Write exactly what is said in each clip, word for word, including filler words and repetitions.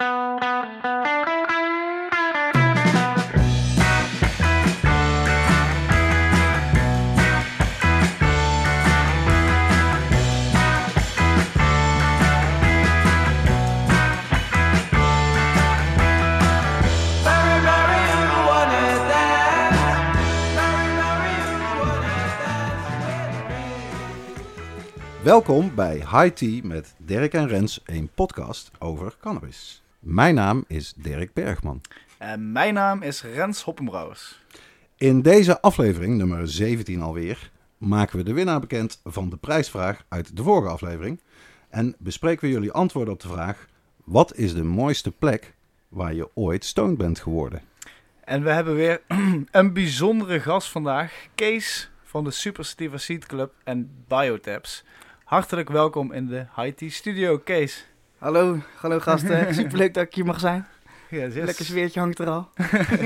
Welkom bij High Tea met Dirk en Rens, een podcast over cannabis. Mijn naam is Dirk Bergman. En mijn naam is Rens Hoppenbrouwers. In deze aflevering, nummer zeventien alweer, maken we de winnaar bekend van de prijsvraag uit de vorige aflevering. En bespreken we jullie antwoorden op de vraag: wat is de mooiste plek waar je ooit stoned bent geworden? En we hebben weer een bijzondere gast vandaag, Kees van de Super Sativa Seed Club en Biotabs. Hartelijk welkom in de High Tea Studio, Kees. Hallo, hallo gasten. Superleuk dat ik hier mag zijn. Yes, yes. Lekker zweertje hangt er al.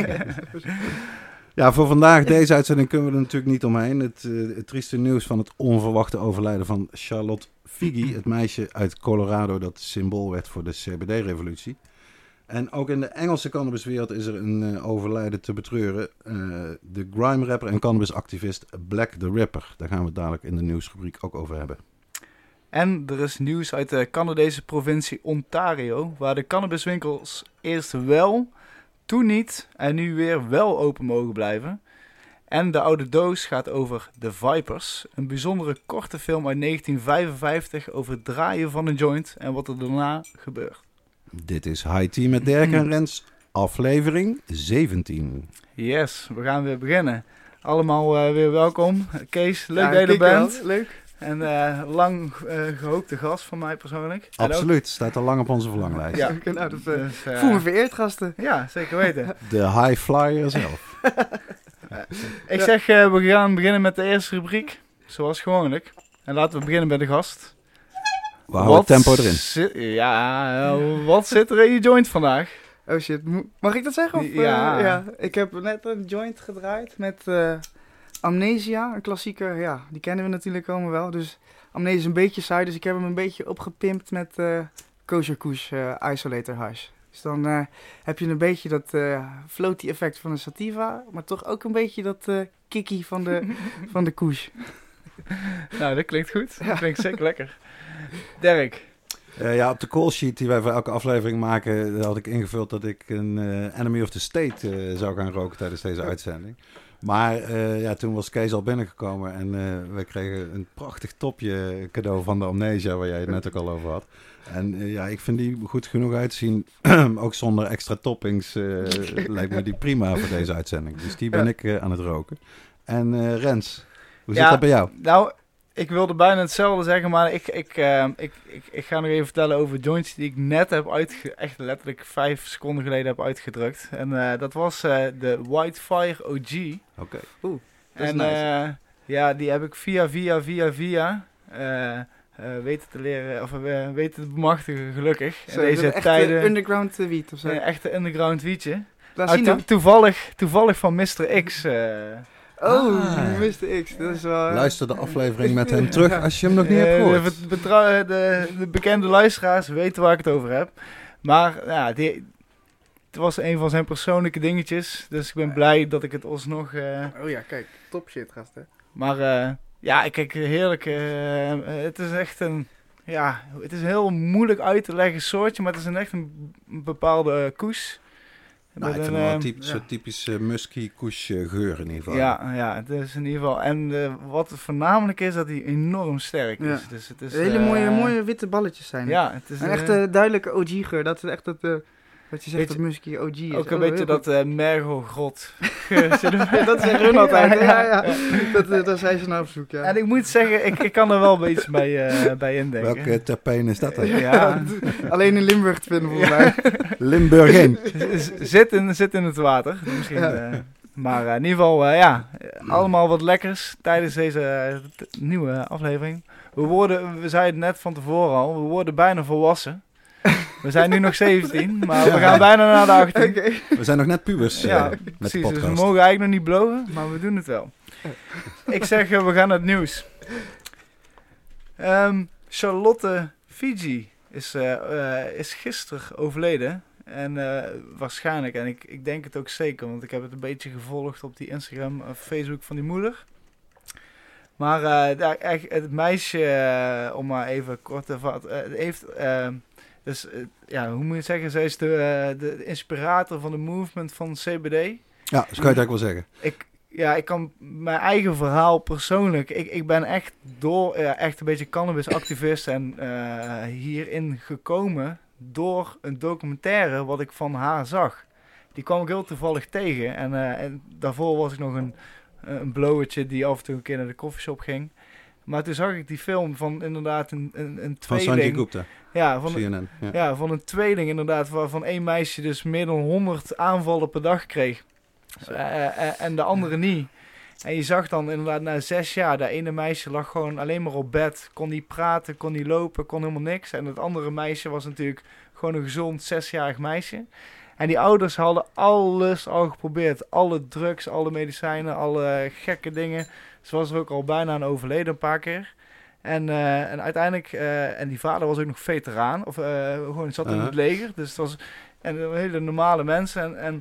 Ja, voor vandaag, deze uitzending, kunnen we er natuurlijk niet omheen. Het, uh, het trieste nieuws van het onverwachte overlijden van Charlotte Figi, het meisje uit Colorado dat symbool werd voor de C B D-revolutie. En ook in de Engelse cannabiswereld is er een uh, overlijden te betreuren. Uh, de grime-rapper en cannabisactivist Black the Ripper. Daar gaan we het dadelijk in de nieuwsrubriek ook over hebben. En er is nieuws uit de Canadese provincie Ontario, waar de cannabiswinkels eerst wel, toen niet en nu weer wel open mogen blijven. En de oude doos gaat over The Vipers, een bijzondere korte film uit negentien vijfenvijftig over het draaien van een joint en wat er daarna gebeurt. Dit is High Tea met Dirk en Rens, aflevering zeventien. Yes, we gaan weer beginnen. Allemaal uh, weer welkom. Kees, leuk Ja, dat je er bent. Wel. Leuk. En uh, lang uh, gehoopte gast van mij persoonlijk. Absoluut, staat al lang op onze verlanglijst. Ja, Ja, nou, dat, uh, dus, uh, voel me vereerd, gasten. Ja, zeker weten. De high flyer zelf. Ik Ja. zeg, uh, we gaan beginnen met de eerste rubriek, zoals gewoonlijk. En laten we beginnen bij de gast. We houden het tempo erin. Zi- ja, uh, wat zit er in je joint vandaag? Oh shit, Mo- mag ik dat zeggen? Of, uh, Ja. ja. Ik heb net een joint gedraaid met uh, Amnesia, een klassieker. Ja, die kennen we natuurlijk allemaal wel. Dus Amnesia is een beetje saai, dus ik heb hem een beetje opgepimpt met uh, Kosher Kush uh, Isolator Hash. Dus dan uh, heb je een beetje dat uh, floaty effect van een sativa, maar toch ook een beetje dat uh, kikkie van de, van de Kush. Nou, dat klinkt goed. Dat klinkt zeker lekker. Dirk. Uh, ja, op de call sheet die wij voor elke aflevering maken, had ik ingevuld dat ik een uh, Enemy of the State uh, zou gaan roken tijdens deze uitzending. Maar uh, ja, toen was Kees al binnengekomen en uh, we kregen een prachtig topje cadeau van de Amnesia, waar jij het net ook al over had. En uh, ja, ik vind die goed genoeg uitzien, ook zonder extra toppings, uh, lijkt me die prima voor deze uitzending. Dus die ben Ja. ik uh, aan het roken. En uh, Rens, hoe Ja, zit dat bij jou? Nou, ik wilde bijna hetzelfde zeggen, maar ik, ik, uh, ik, ik, ik ga nog even vertellen over joints die ik net heb uitge... echt letterlijk vijf seconden geleden heb uitgedrukt. En uh, dat was uh, de Whitefire O G. Oké. Oeh, dat is En nice. uh, ja, die heb ik via, via, via, via uh, uh, weten te leren, of uh, weten te bemachtigen, gelukkig. Zo, in dat is deze echt tijden. uh, underground uh, wiet of zo. Een echte underground wietje. Laat Ah, zien to- dan. toevallig, toevallig van mister X. Uh, Oh, Ah. mister X, dat is wel... uh, Luister de aflevering met hem terug als je hem nog niet hebt Eh, gehoord. de, betra- de, de bekende luisteraars weten waar ik het over heb. Maar ja, die, het was een van zijn persoonlijke dingetjes. Dus ik ben blij dat ik het alsnog... Uh, Oh ja, kijk, top shit, gasten. maar uh, ja, kijk, heerlijk. Uh, het is echt een... Ja, het is een heel moeilijk uit te leggen soortje, maar het is een echt een, een bepaalde uh, koes. Nou, ik Met vind een, het wel uh, typ, zo'n typische musky kush uh, geur in ieder geval. Ja, ja, het is in ieder geval. En uh, wat voornamelijk is, dat hij enorm sterk is. Ja. Dus het is Hele uh, mooie, mooie witte balletjes zijn het. Ja, het is Een uh, echte duidelijke O G-geur. Dat is echt dat, uh, wat je zegt, Weet dat je- musky O G is. ook een Oh, beetje heel dat uh, mergelgrot. goed. Dat zeggen hun altijd. Ja, ja. Dat, uh, daar zijn ze naar op zoek, ja. En ik moet zeggen, ik, ik kan er wel een beetje bij, uh, bij indenken. Welke terpene is dat dan? Ja, Alleen in Limburg te vinden, volgens mij. Limburgeen. Z- zit, in, zit in het water. Misschien, Ja. uh, maar uh, in ieder geval, uh, ja, allemaal wat lekkers tijdens deze uh, t- nieuwe aflevering. We, worden, we zeiden het net van tevoren al, we worden bijna volwassen. We zijn nu nog zeventien, maar we gaan bijna naar de achttien. Oké. We zijn nog net pubers uh, Ja, met de precies. Dus we podcast. mogen eigenlijk nog niet blowen, maar we doen het wel. Ik zeg, uh, we gaan naar het nieuws. Um, Charlotte Figi is, uh, uh, is gisteren overleden. En uh, waarschijnlijk, en ik, ik denk het ook zeker, want ik heb het een beetje gevolgd op die Instagram of Facebook van die moeder. Maar uh, daar, echt, het meisje, uh, om maar even kort te vatten, uh, heeft... Uh, dus, uh, ja, hoe moet je zeggen? Zij is de, uh, de, de inspirator van de movement van C B D. Ja, zo kan je het ook wel zeggen. Ik, ja, ik kan mijn eigen verhaal persoonlijk... Ik, ik ben echt door, ja, echt een beetje cannabisactivist en uh, hierin gekomen door een documentaire wat ik van haar zag. Die kwam ik heel toevallig tegen. En, uh, en daarvoor was ik nog een, een blowertje die af en toe een keer naar de koffieshop ging. Maar toen zag ik die film van inderdaad een, een, een tweeling. Van Sanjay Gupta. Ja, van, C N N. Ja. ja, van een tweeling inderdaad, waarvan één meisje dus meer dan honderd aanvallen per dag kreeg. Uh, uh, en de andere niet. En je zag dan inderdaad na zes jaar, dat ene meisje lag gewoon alleen maar op bed. Kon niet praten, kon niet lopen, kon helemaal niks. En het andere meisje was natuurlijk gewoon een gezond zesjarig meisje. En die ouders hadden alles al geprobeerd. Alle drugs, alle medicijnen, alle gekke dingen. Ze was er ook al bijna aan overleden een paar keer. En, uh, en uiteindelijk, uh, en die vader was ook nog veteraan. Of uh, gewoon zat in het leger. Dus het was en hele normale mensen. En, en,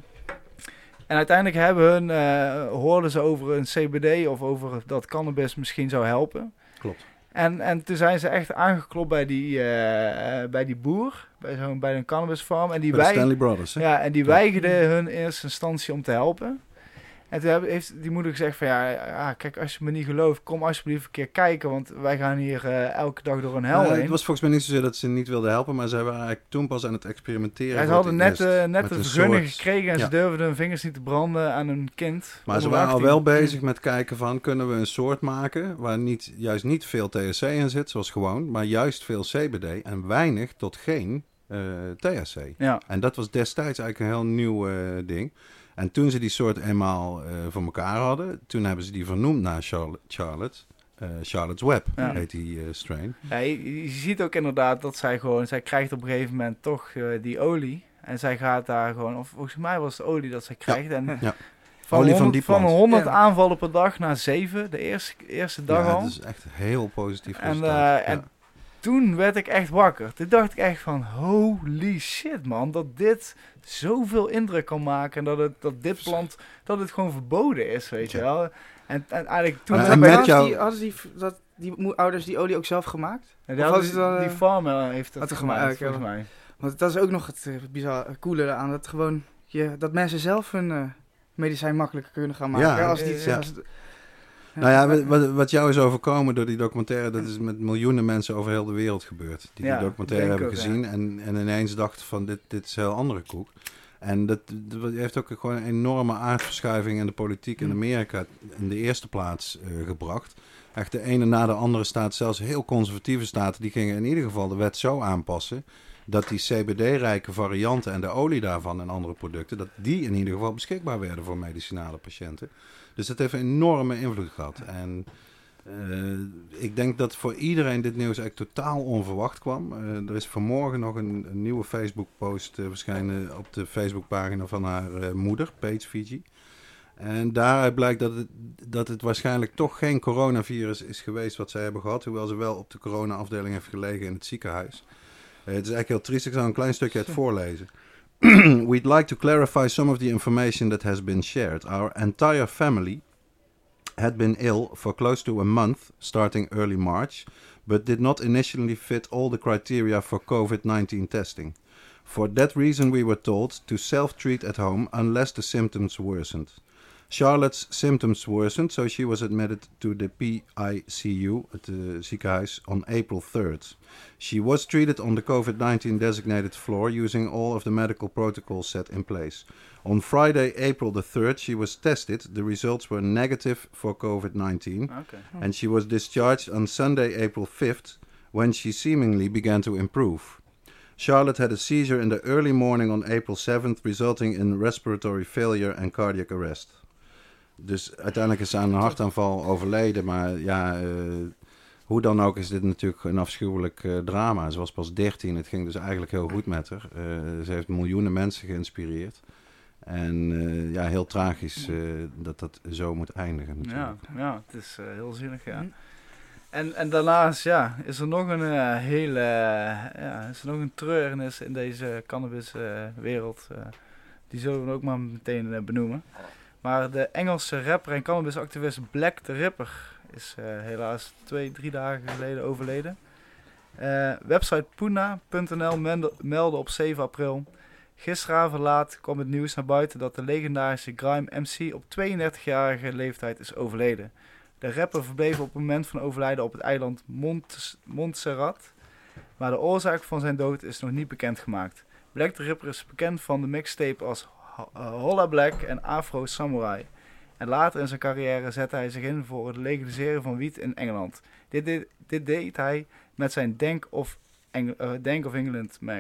en uiteindelijk hebben hun, uh, hoorden ze over een C B D of over dat cannabis misschien zou helpen. Klopt. En, en toen zijn ze echt aangeklopt bij die, uh, bij die boer, bij, zo'n, bij een cannabisfarm. En die bij de wij... Stanley Brothers, hè? Ja, en die ja. weigerden hun in eerste instantie om te helpen. En toen heeft die moeder gezegd van ja, ja, kijk, als je me niet gelooft, kom alsjeblieft een keer kijken, want wij gaan hier uh, elke dag door een hel uh, heen. Het was volgens mij niet zozeer dat ze niet wilden helpen, maar ze hebben eigenlijk toen pas aan het experimenteren. Ja, ze hadden net, uh, net een de vergunning soort... gekregen en ja. ze durfden hun vingers niet te branden aan hun kind. Maar ze waren al wel bezig met kijken van, kunnen we een soort maken waar niet, juist niet veel T H C in zit, zoals gewoon, maar juist veel C B D en weinig tot geen uh, T H C. Ja. En dat was destijds eigenlijk een heel nieuw uh, ding. En toen ze die soort eenmaal uh, voor elkaar hadden, toen hebben ze die vernoemd naar Charlotte, Charlotte uh, Charlotte's Web, ja. heet die uh, strain. Ja, je, je ziet ook inderdaad dat zij gewoon, zij krijgt op een gegeven moment toch uh, die olie. En zij gaat daar gewoon, of volgens mij was het olie dat zij krijgt. Ja. En ja. van, olie honderd, van, van honderd ja. aanvallen per dag naar zeven, de eerste, eerste dag ja, al. Ja, dat is echt heel positief. En, uh, ja. en toen werd ik echt wakker. Toen dacht ik echt van, holy shit man, dat dit zoveel indruk kan maken. En dat, het, dat dit plant, dat het gewoon verboden is, weet je wel. En, en eigenlijk toen... En, en met jou... die, hadden die, dat, die ouders die olie ook zelf gemaakt? Ja, die, hadden, dan, die farmer heeft het gemaakt, gemaakt volgens mij. Want dat is ook nog het, het bizar coole aan. Dat, gewoon, je, dat mensen zelf hun uh, medicijn makkelijker kunnen gaan maken. Ja, ja, als die, ja. als het, Ja, nou ja, wat, wat jou is overkomen door die documentaire, dat is met miljoenen mensen over heel de wereld gebeurd. Die ja, die documentaire hebben ook, gezien ja. en, en ineens dachten van dit, dit is een heel andere koek. En dat, dat heeft ook gewoon een enorme aardverschuiving in de politiek in Amerika in de eerste plaats uh, gebracht. Echt de ene na de andere staat, zelfs heel conservatieve staten, die gingen in ieder geval de wet zo aanpassen dat die C B D-rijke varianten en de olie daarvan en andere producten, dat die in ieder geval beschikbaar werden voor medicinale patiënten. Dus dat heeft een enorme invloed gehad. En uh, ik denk dat voor iedereen dit nieuws eigenlijk totaal onverwacht kwam. Uh, er is vanmorgen nog een, een nieuwe Facebook-post uh, verschenen op de Facebookpagina van haar uh, moeder, Paige Fiji. En daaruit blijkt dat het, dat het waarschijnlijk toch geen coronavirus is geweest wat zij hebben gehad. Hoewel ze wel op de corona-afdeling heeft gelegen in het ziekenhuis. Uh, het is eigenlijk heel triest. Ik zal een klein stukje uit voorlezen. We'd like to clarify some of the information that has been shared. Our entire family had been ill for close to a month, starting early March, but did not initially fit all the criteria for COVID nineteen testing. For that reason we were told to self-treat at home unless the symptoms worsened. Charlotte's symptoms worsened, so she was admitted to the P I C U, het uh, ziekenhuis, on April third. She was treated on the COVID nineteen designated floor using all of the medical protocols set in place. On Friday, April the third, she was tested. The results were negative for COVID nineteen. Okay. Oh. And she was discharged on Sunday, April fifth, when she seemingly began to improve. Charlotte had a seizure in the early morning on April seventh, resulting in respiratory failure and cardiac arrest. Dus uiteindelijk is ze aan een hartaanval overleden, maar ja, uh, hoe dan ook is dit natuurlijk een afschuwelijk uh, drama. Ze was pas dertien, het ging dus eigenlijk heel goed met haar. Uh, ze heeft miljoenen mensen geïnspireerd. En uh, ja, heel tragisch uh, dat dat zo moet eindigen natuurlijk. Ja, ja, het is uh, heel zinnig, ja. En, en daarnaast ja, is er nog een uh, hele uh, ja, is er nog een treurnis in deze cannabiswereld. Uh, uh, die zullen we ook maar meteen uh, benoemen. Maar de Engelse rapper en cannabisactivist Black the Ripper is uh, helaas twee, drie dagen geleden overleden. Uh, website Puna punt n l meldde op zeven april. Gisteravond laat kwam het nieuws naar buiten dat de legendarische grime M C op tweeëndertigjarige leeftijd is overleden. De rapper verbleef op het moment van overlijden op het eiland Mont- Montserrat, maar de oorzaak van zijn dood is nog niet bekendgemaakt. Black the Ripper is bekend van de mixtape als Holla Black en Afro Samurai. En later in zijn carrière zette hij zich in voor het legaliseren van wiet in Engeland. Dit, dit, dit deed hij met zijn Dank of, Eng- uh, Dank of England mag.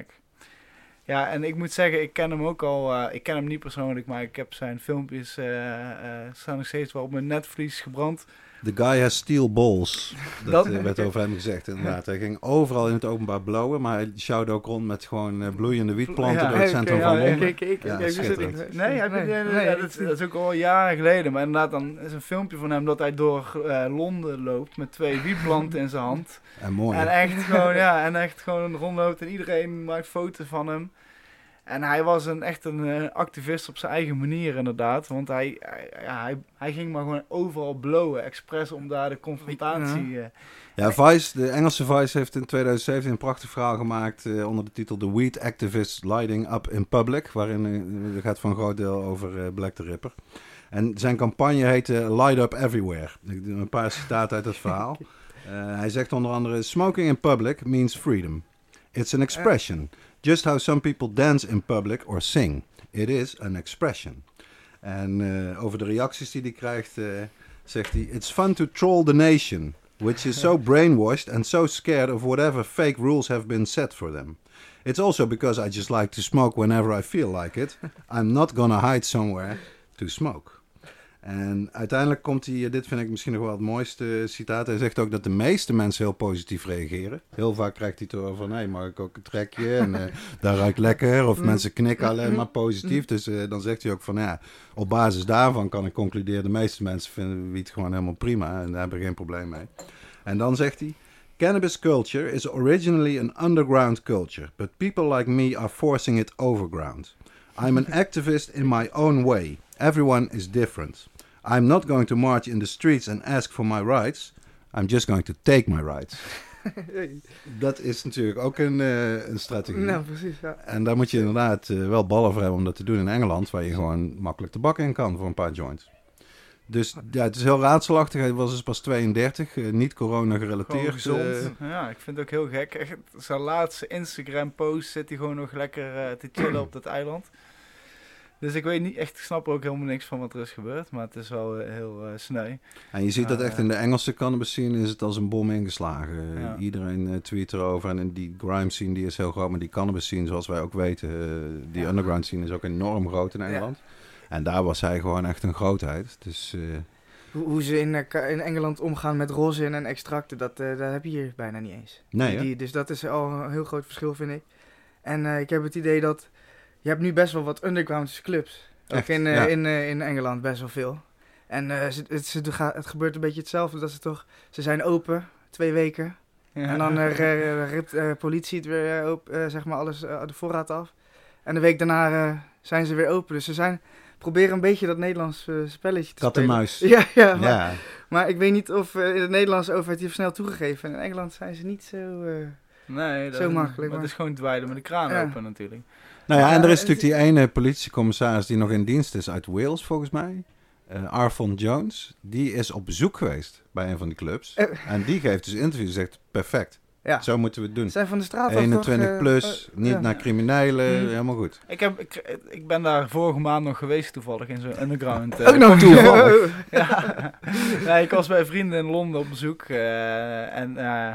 Ja, en ik moet zeggen, ik ken hem ook al, uh, ik ken hem niet persoonlijk, maar ik heb zijn filmpjes, uh, uh, staan nog steeds wel op mijn netvlies gebrand. The guy has steel balls. Dat, Dat uh, werd over hem gezegd, inderdaad. Hij ging overal in het openbaar blowen, maar hij sjouwde ook rond met gewoon uh, bloeiende wietplanten Ja, door het Hey, centrum oké, van ja, Londen. ik- ik- ik- Ja, ik- ik- schitterend. ik- Nee, heb je- nee, ja, nee, ja, ik- dat, dat is ook al jaren geleden. Maar inderdaad, dan is een filmpje van hem dat hij door uh, Londen loopt met twee wietplanten in zijn hand. En mooi. En echt gewoon, ja, en echt gewoon rondloopt en iedereen maakt foto's van hem. En hij was een, echt een uh, activist op zijn eigen manier inderdaad. Want hij, hij, ja, hij, hij ging maar gewoon overal blowen, expres om daar de confrontatie... Uh, Ja, Vice, de Engelse Vice heeft in twintig zeventien een prachtig verhaal gemaakt uh, onder de titel The Weed Activists Lighting Up in Public. Waarin uh, het gaat voor een groot deel over uh, Black the Ripper. En zijn campagne heette Light Up Everywhere. Ik doe een paar citaten uit het verhaal. Uh, hij zegt onder andere: Smoking in public means freedom. It's an expression. Just how some people dance in public or sing. It is an expression. En uh, over de reacties die hij krijgt, uh, zegt hij: It's fun to troll the nation, which is so brainwashed and so scared of whatever fake rules have been set for them. It's also because I just like to smoke whenever I feel like it. I'm not gonna hide somewhere to smoke. En uiteindelijk komt hij, dit vind ik misschien nog wel het mooiste citaat. Hij zegt ook dat de meeste mensen heel positief reageren. Heel vaak krijgt hij te horen van: hé, mag ik ook een trekje? En uh, daar ruikt lekker. Of mensen knikken alleen maar positief. Dus uh, dan zegt hij ook van: ja, op basis daarvan kan ik concluderen: de meeste mensen vinden wiet gewoon helemaal prima. En daar hebben we geen probleem mee. En dan zegt hij: Cannabis culture is originally an underground culture. But people like me are forcing it overground. I'm an activist in my own way. Everyone is different. I'm not going to march in the streets and ask for my rights. I'm just going to take my rights. Dat is natuurlijk ook een, uh, een strategie. Nou, precies, ja. En daar moet je inderdaad uh, wel ballen voor hebben om dat te doen in Engeland, waar je gewoon makkelijk de bak in kan voor een paar joints. Dus ja, het is heel raadselachtig. Hij was dus pas tweeëndertig, uh, niet corona gerelateerd. Gewoon gezond. Uh, ja, ik vind het ook heel gek. Echt, zijn laatste Instagram post zit hij gewoon nog lekker uh, te chillen op dat eiland. Dus ik weet niet echt, ik snap er ook helemaal niks van wat er is gebeurd, maar het is wel uh, heel uh, sneu. En je ziet uh, dat echt in de Engelse cannabis scene is het als een bom ingeslagen. Uh, ja. Iedereen uh, tweet erover en die grime scene die is heel groot, maar die cannabis scene zoals wij ook weten, uh, die ja. underground scene is ook enorm groot in Engeland. Ja. En daar was hij gewoon echt een grootheid. Dus... Uh, Hoe, hoe ze in, uh, in Engeland omgaan met rosin en extracten, dat, uh, dat heb je hier bijna niet eens. Nee, die, dus dat is al een heel groot verschil, vind ik. En uh, ik heb het idee dat je hebt nu best wel wat underground clubs. Ook Echt, in, uh, ja. in, uh, in Engeland best wel veel. En uh, het, het, het, het gebeurt een beetje hetzelfde. Dat ze toch, ze zijn open, twee weken. Ja. En dan uh, uh, ript uh, politie het weer uh, op, uh, zeg maar alles uh, de voorraad af. En de week daarna uh, zijn ze weer open. Dus ze zijn, proberen een beetje dat Nederlands uh, spelletje te kat en spelen. muis. Ja, ja, maar, ja. maar ik weet niet of uh, in de Nederlandse overheid die heeft snel toegegeven. En in Engeland zijn ze niet zo, uh, nee, dat, zo makkelijk. Maar Maar het is gewoon dweilen met de kraan ja. open natuurlijk. Nou ja, Ja, en er is het- natuurlijk die ene politiecommissaris die nog in dienst is uit Wales, volgens mij. Uh, Arfon Jones. Die is op bezoek geweest bij een van die clubs. Eh. En die geeft dus interviews en zegt: perfect, ja. zo moeten we het doen. Ze zijn van de straat af eenentwintig toch, uh, plus, uh, niet ja. naar criminelen, Hmm. helemaal goed. Ik, heb, ik, ik ben daar vorige maand nog geweest toevallig in zo'n underground. uh, Ook nog toevallig. ja. Nee, ik was bij vrienden in Londen op bezoek. uh, en uh,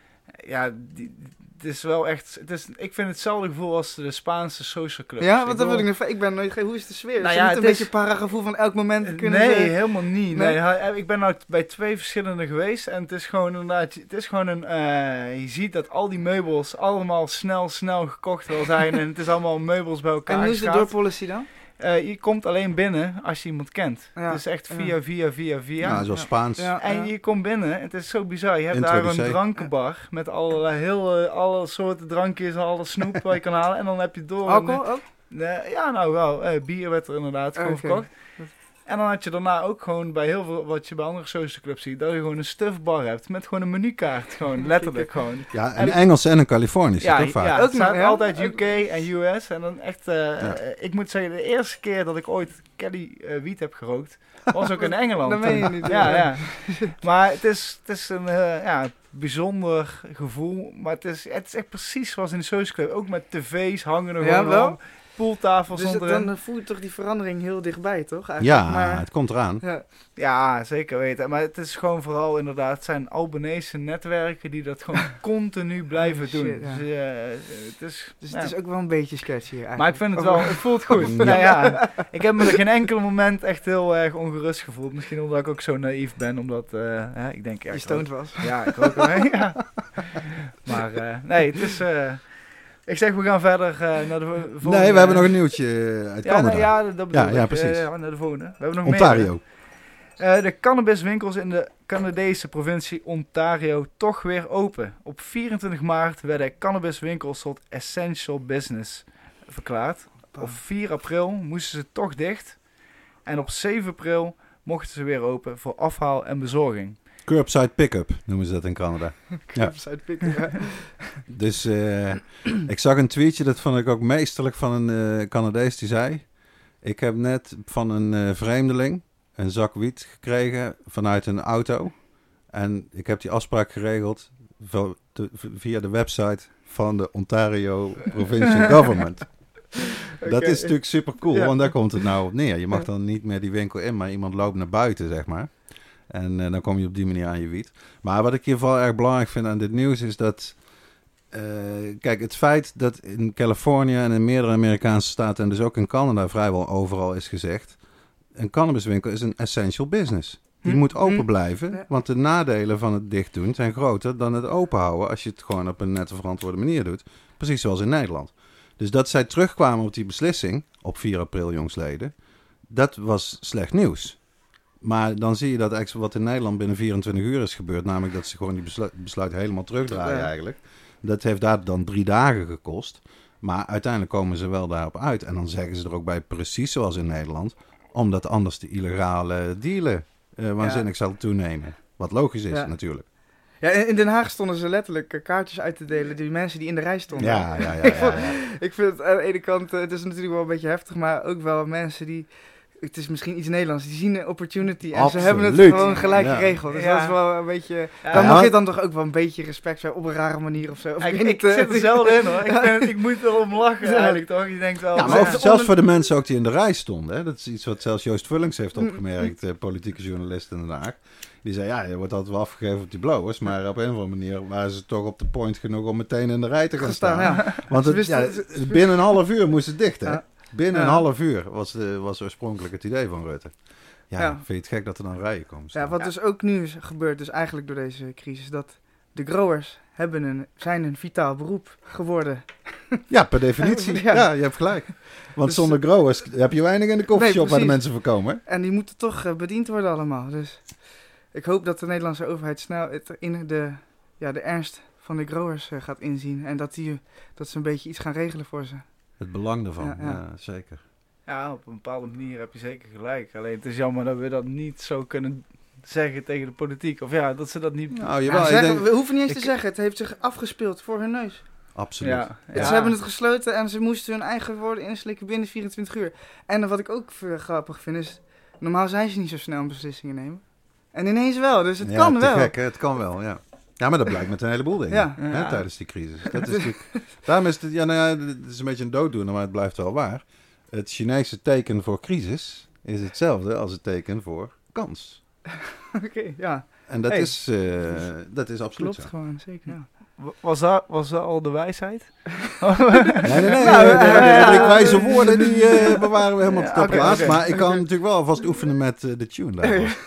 ja, die, het is wel echt... Het is, ik vind hetzelfde gevoel als de Spaanse social clubs. Ja, wat dat bedoel- wil ik nog. Ik ben nooit. ge- Hoe is de sfeer? Nou Is ja, het niet het een is- beetje para gevoel van elk moment kunnen Nee, ze- helemaal niet. Nee? Nee, hij- ik ben nou bij twee verschillende geweest en het is gewoon inderdaad, het is gewoon een, uh, je ziet dat al die meubels allemaal snel, snel gekocht wil zijn en het is allemaal meubels bij elkaar En hoe is de geschaafd. door policy dan? Uh, je komt alleen binnen als je iemand kent. Ja, Het is echt via, ja. via, via, via. Ja, zoals Spaans. Ja. En je komt binnen, het is zo bizar. Je hebt daar Introducee. een drankenbar met allerlei, heel, uh, alle soorten drankjes, alle snoep waar je kan halen. En dan heb je door... Alcohol ook? Een, uh, ja, nou wel. Uh, bier werd er inderdaad gewoon Okay. verkocht. En dan had je daarna ook gewoon bij heel veel wat je bij andere social clubs ziet, dat je gewoon een stuffbar hebt met gewoon een menukaart. Gewoon, letterlijk gewoon. Ja, En- een Engels en een Californisch. Ja, ook vaak. ja, Ook het staat nog, ja? altijd U K en U S. En dan echt, uh, Ja. uh, ik moet zeggen, de eerste keer dat ik ooit Kelly uh, wiet heb gerookt, was ook in Engeland. Dat meen je niet. Ja, ja. Maar het is, het is een uh, ja, bijzonder gevoel. Maar het is, het is echt precies zoals in de social club. Ook met tv's hangen er Ja, gewoon wel? om. Pooltafels Dus het- onderin. dan voel je toch die verandering heel dichtbij, toch? Eigenlijk. Ja, Maar, het komt eraan. ja. Ja, zeker weten. Maar het is gewoon vooral inderdaad, het zijn Albanese netwerken die dat gewoon continu blijven Oh, doen. shit, ja. Dus, uh, het is, Dus ja. het is ook wel een beetje sketchy eigenlijk. Maar ik vind het wel, het voelt goed. Ja. Nou ja, ik heb me er geen enkel moment echt heel erg ongerust gevoeld. Misschien omdat ik ook zo naïef ben, omdat, uh, hè, ik denk... Ja, je ik stoned rook- was. Ja, ik rook wel, ja. Maar uh, nee, het is... Uh, ik zeg, we gaan verder uh, naar de vo- volgende. Nee, we hebben nog een nieuwtje uit ja, Canada. nee, ja, dat dat bedoel Ja, ja, ik. precies. Uh, ja, naar de volgende. We hebben nog meer. Ontario. Uh, de cannabiswinkels in de Canadese provincie Ontario toch weer open. Op vierentwintig maart werden cannabiswinkels tot essential business verklaard. Op vier april moesten ze toch dicht. En op zeven april mochten ze weer open voor afhaal en bezorging. Curbside pick-up noemen ze dat in Canada. Curbs uitpikken, ja. Dus eh, ik zag een tweetje, dat vond ik ook meesterlijk, van een uh, Canadees die zei: ik heb net van een uh, vreemdeling een zak wiet gekregen vanuit een auto. En ik heb die afspraak geregeld vo- te- via de website van de Ontario Provincial Government. Dat Oké. is natuurlijk super cool, Ja. want daar komt het nou op neer. Je mag dan niet meer die winkel in, maar iemand loopt naar buiten, zeg maar. En uh, dan kom je op die manier aan je wiet. Maar wat ik hier vooral erg belangrijk vind aan dit nieuws is dat... Uh, kijk, het feit dat in Californië en in meerdere Amerikaanse staten... en dus ook in Canada vrijwel overal is gezegd... een cannabiswinkel is een essential business. Die Hm, moet open hm. blijven, Ja. want de nadelen van het dicht doen zijn groter dan het open houden... als je het gewoon op een nette, verantwoorde manier doet. Precies zoals in Nederland. Dus dat zij terugkwamen op die beslissing, op vier april jongsleden... dat was slecht nieuws. Maar dan zie je dat eigenlijk wat in Nederland binnen vierentwintig uur is gebeurd. Namelijk dat ze gewoon die besluit, besluit helemaal terugdraaien Ja. eigenlijk. Dat heeft daar dan drie dagen gekost. Maar uiteindelijk komen ze wel daarop uit. En dan zeggen ze er ook bij, precies zoals in Nederland. Omdat anders de illegale dealen uh, waanzinnig zal toenemen. Wat logisch is Ja. natuurlijk. Ja, in in Den Haag stonden ze letterlijk eh, kaartjes uit te delen. Die mensen die in de rij stonden. Ja, ja, ja. Ik ja, vond- ja. Ik vind het aan de ene kant, eh, het is natuurlijk wel een beetje heftig, maar ook wel mensen die, het is misschien iets Nederlands, die zien een opportunity en Absoluut. ze hebben het gewoon gelijk Ja. geregeld. Dus Ja. dat is wel een beetje, Ja, dan ja. mag je dan toch ook wel een beetje respect hebben op een rare manier of zo. Of ik, weet ik, niet, eh, zit er zelf in hoor. Ik, vind, ik moet erom lachen Ja. eigenlijk toch. Je denkt wel... Ja, maar ja. ook, zelfs voor de mensen ook die in de rij stonden. Hè? Dat is iets wat zelfs Joost Vullings heeft Mm. opgemerkt, eh, politieke journalist in Den Haag. Die zei, ja, je wordt altijd wel afgegeven op die blowers. Maar op een of andere manier waren ze toch op de point genoeg om meteen in de rij te gaan gestaan, staan. ja. Want Ze het, wisten- ja, ze- ze- binnen een half uur moest het dicht, hè? Ja. Binnen Ja. een half uur was, uh, was oorspronkelijk het idee van Rutte. Ja, Ja. vind je het gek dat er dan rijen komen staan? Ja, wat dus ook nu is gebeurd, dus eigenlijk door deze crisis, dat de growers hebben een, zijn een vitaal beroep geworden. Ja, per definitie. Ja. Ja, je hebt gelijk. Want Dus- zonder growers heb je weinig in de koffieshop Nee, waar de precies. mensen voor komen. En die moeten toch eh, bediend worden allemaal. Dus ik hoop dat de Nederlandse overheid snel het in de, ja, de ernst van de growers eh, gaat inzien. En dat, die, dat ze een beetje iets gaan regelen voor ze. Het belang ervan, Ja, ja, ja. zeker. Ja, op een bepaalde manier heb je zeker gelijk. Alleen het is jammer dat we dat niet zo kunnen zeggen tegen de politiek. Of ja, dat ze dat niet... Nou, Ja, jawel, ik zeggen- denk, we hoeven niet eens ik- te zeggen, het heeft zich afgespeeld voor hun neus. absoluut. Ja, Ze hebben het gesloten en ze moesten hun eigen woorden inslikken binnen vierentwintig uur. En wat ik ook v- grappig vind is, normaal zijn ze niet zo snel om beslissingen nemen. En ineens wel, dus het Ja, kan te wel. gek, hè? Het kan wel, ja. Ja, maar dat blijkt met een heleboel dingen Ja. hè, Ja. tijdens die crisis. Dat is natuurlijk, daarom is het, ja, nou ja, het is een beetje een dooddoener, maar het blijft wel waar. Het Chinese teken voor crisis is hetzelfde als het teken voor kans. Oké, ja. En dat, Hey. is, uh, dat is absoluut Klopt zo. gewoon, zeker. Ja. Was dat, was dat al de wijsheid? Nee, nee, nee. Nou, de, de, ja, de ja. wijze woorden die uh, bewaren we helemaal Ja, tot op oké, laatst. oké. Maar ik kan Oké. natuurlijk wel alvast oefenen met uh, de tune daarvoor.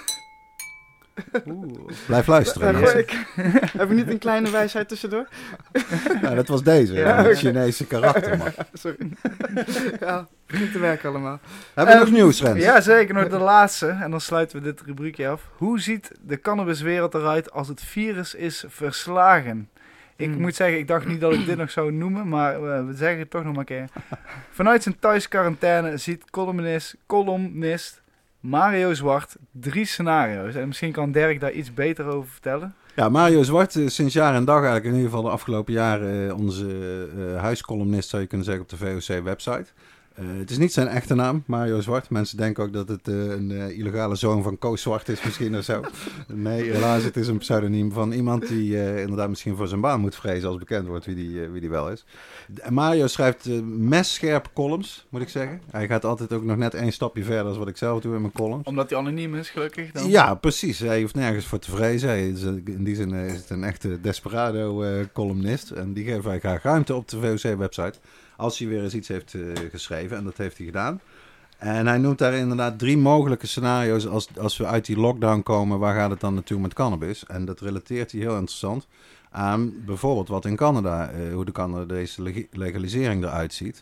Oeh. Blijf luisteren. Ja, mensen. gooi ik, heb je niet een kleine wijsheid tussendoor? Ja, dat was deze, Ja, het oké. Chinese karakter. Man. Sorry. ja. begint te werken allemaal. Hebben we Um, nog nieuws, Rens? Ja, zeker. Nog de laatste. En dan sluiten we dit rubriekje af. Hoe ziet de cannabiswereld eruit als het virus is verslagen? Ik Mm. moet zeggen, ik dacht niet dat ik dit nog zou noemen, maar uh, we zeggen het toch nog maar een keer. Vanuit zijn thuisquarantaine ziet columnist, columnist Mario Zwart drie scenario's. En misschien kan Dirk daar iets beter over vertellen. Ja, Mario Zwart is sinds jaar en dag eigenlijk in ieder geval de afgelopen jaren onze uh, huiscolumnist, zou je kunnen zeggen, op de V O C-website. Uh, het is niet zijn echte naam, Mario Zwart. Mensen denken ook dat het uh, een uh, illegale zoon van Koos Zwart is misschien of zo. Nee, helaas, het is een pseudoniem van iemand die uh, inderdaad misschien voor zijn baan moet vrezen als bekend wordt wie die, uh, wie die wel is. De, Mario schrijft uh, messcherpe columns, moet ik zeggen. Hij gaat altijd ook nog net één stapje verder dan wat ik zelf doe in mijn columns. Omdat hij anoniem is, gelukkig. Dan. Ja, precies. Hij hoeft nergens voor te vrezen. Hij is, in die zin uh, is het een echte desperado uh, columnist. En die geeft wij graag ruimte op de V O C-website. Als hij weer eens iets heeft uh, geschreven, en dat heeft hij gedaan. En hij noemt daar inderdaad drie mogelijke scenario's als, als we uit die lockdown komen. Waar gaat het dan naartoe met cannabis? En dat relateert hij heel interessant aan bijvoorbeeld wat in Canada, uh, hoe de Canadese leg- legalisering eruit ziet.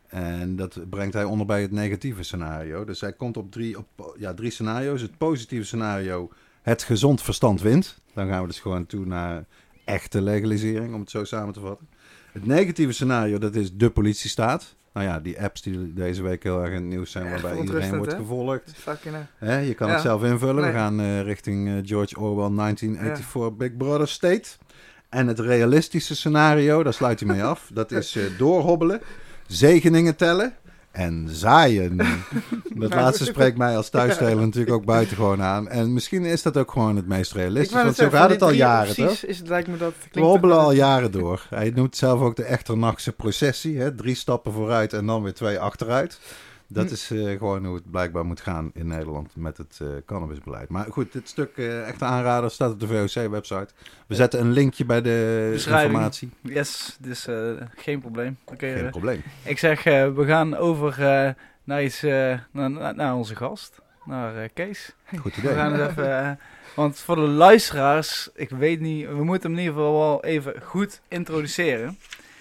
En dat brengt hij onder bij het negatieve scenario. Dus hij komt op drie, op, ja, drie scenario's. Het positieve scenario, het gezond verstand wint. Dan gaan we dus gewoon toe naar echte legalisering, om het zo samen te vatten. Het negatieve scenario, dat is de politiestaat. Nou ja, die apps die deze week heel erg in het nieuws zijn, Echt waarbij iedereen wordt hè? gevolgd. Fucking, uh, Hè, je kan Ja. het zelf invullen. Nee. We gaan uh, richting uh, George Orwell negentien vierennegentig Big Brother State. En het realistische scenario, daar sluit hij mee af. Dat is uh, doorhobbelen, zegeningen tellen en zaaien. Dat laatste spreekt mij als thuissteler natuurlijk ook buitengewoon aan. En misschien is dat ook gewoon het meest realistisch. Want zo gaat het al jaren, toch? Is het, lijkt me dat, We klinkt hobbelen toch- al jaren door. Hij noemt zelf ook de Echternachse processie. Hè? Drie stappen vooruit en dan weer twee achteruit. Dat Hm. is uh, gewoon hoe het blijkbaar moet gaan in Nederland met het uh, cannabisbeleid. Maar goed, dit stuk uh, echte aanrader staat op de V O C-website. We zetten een linkje bij de Beschrijving. informatie. Yes, dus uh, geen probleem. Oké, Geen uh, probleem. ik zeg, uh, we gaan over uh, naar, iets, uh, naar, naar, naar onze gast, naar uh, Kees. Goed We idee. gaan het even, uh, want voor de luisteraars, ik weet niet, we moeten hem in ieder geval wel even goed introduceren.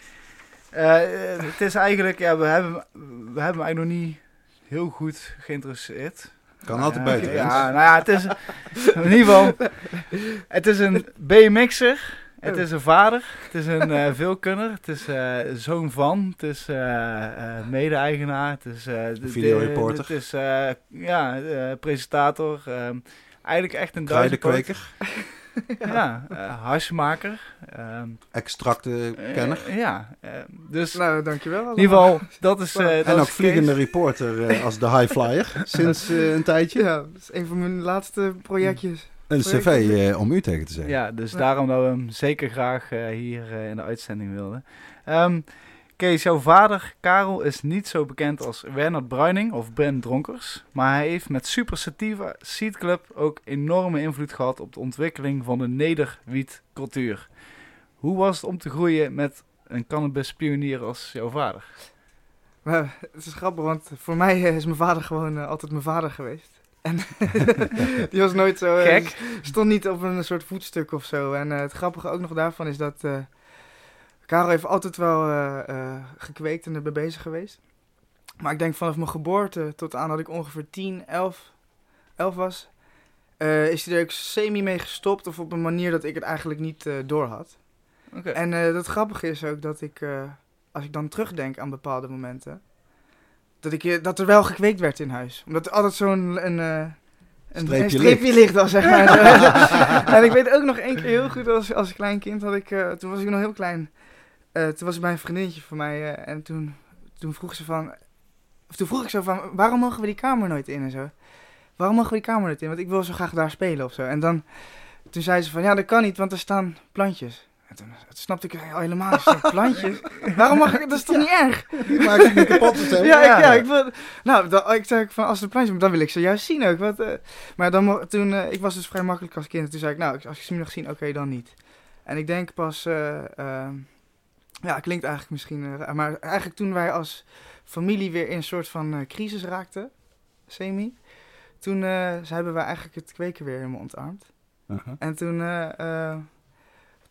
Uh, het is eigenlijk, ja, we hebben, we hebben hem eigenlijk nog niet heel goed geïnteresseerd. Kan altijd Ja, beter. Ja, Rens. nou ja, het is in ieder geval, het is een B M X'er, het is een vader, het is een uh, veelkunner, het is uh, zoon van, het is uh, uh, mede-eigenaar, het is uh, de- de- Videoreporter. het is uh, ja, uh, presentator, uh, eigenlijk echt een duizendpoot. Kruidenkweker, Ja, uh, hashmaker. Uh, extractenkenner. uh, ja, uh, dus Nou, dankjewel in allemaal. ieder geval, dat is uh, dat En ook is vliegende Kees. reporter uh, als de High Flyer sinds uh, een tijdje. Ja, dat is een van mijn laatste projectjes. Een cv uh, om u tegen te zeggen. Ja, dus Ja. daarom dat we hem zeker graag uh, hier uh, in de uitzending wilden. Um, Kees, jouw vader Karel is niet zo bekend als Bernard Bruining of Ben Dronkers, maar hij heeft met Super Sativa Seed Club ook enorme invloed gehad op de ontwikkeling van de nederwietcultuur. Hoe was het om te groeien met een cannabispionier als jouw vader? Maar het is grappig, want voor mij eh, is mijn vader gewoon eh, altijd mijn vader geweest. En die was nooit zo... eh, Gek. stond niet op een soort voetstuk of zo. En eh, het grappige ook nog daarvan is dat... eh Karel heeft altijd wel eh, eh, gekweekt en erbij bezig geweest. Maar ik denk vanaf mijn geboorte tot aan dat ik ongeveer tien, elf, elf was... eh, is hij er ook semi mee gestopt of op een manier dat ik het eigenlijk niet eh door had. Oké. En eh het grappige is ook dat ik, uh, als ik dan terugdenk aan bepaalde momenten, dat, ik, uh, dat er wel gekweekt werd in huis. Omdat er altijd zo'n een, uh, een Streepje een streepje licht. licht was, zeg maar. En ik weet ook nog één keer heel goed, als, als klein kind had ik, uh, toen was ik nog heel klein, uh, toen was ik bij een vriendinnetje van mij uh, en toen, toen vroeg ze van, of toen vroeg ik zo van, waarom mogen we die kamer nooit in en zo? Waarom mogen we die kamer nooit in? Want ik wil zo graag daar spelen of zo. En dan, toen zei ze van, ja dat kan niet, want er staan plantjes. En toen, toen snapte ik al helemaal niet, zo'n plantjes. Waarom mag ik, dat is toch niet erg? Die maakt het niet kapot of zo. Ja, ik, ja, ik wil, nou, dan, ik zei van, als er plantjes, dan wil ik ze juist zien ook. Wat, uh, maar dan, mo- toen, uh, ik was dus vrij makkelijk als kind. Toen zei ik, nou, als je ze nu nog zien, oké, okay, dan niet. En ik denk pas, uh, uh, ja, klinkt eigenlijk misschien, uh, maar eigenlijk toen wij als familie weer in een soort van uh, crisis raakten, semi, toen uh, hebben wij eigenlijk het kweken weer helemaal ontarmd. Uh-huh. En toen, uh, uh,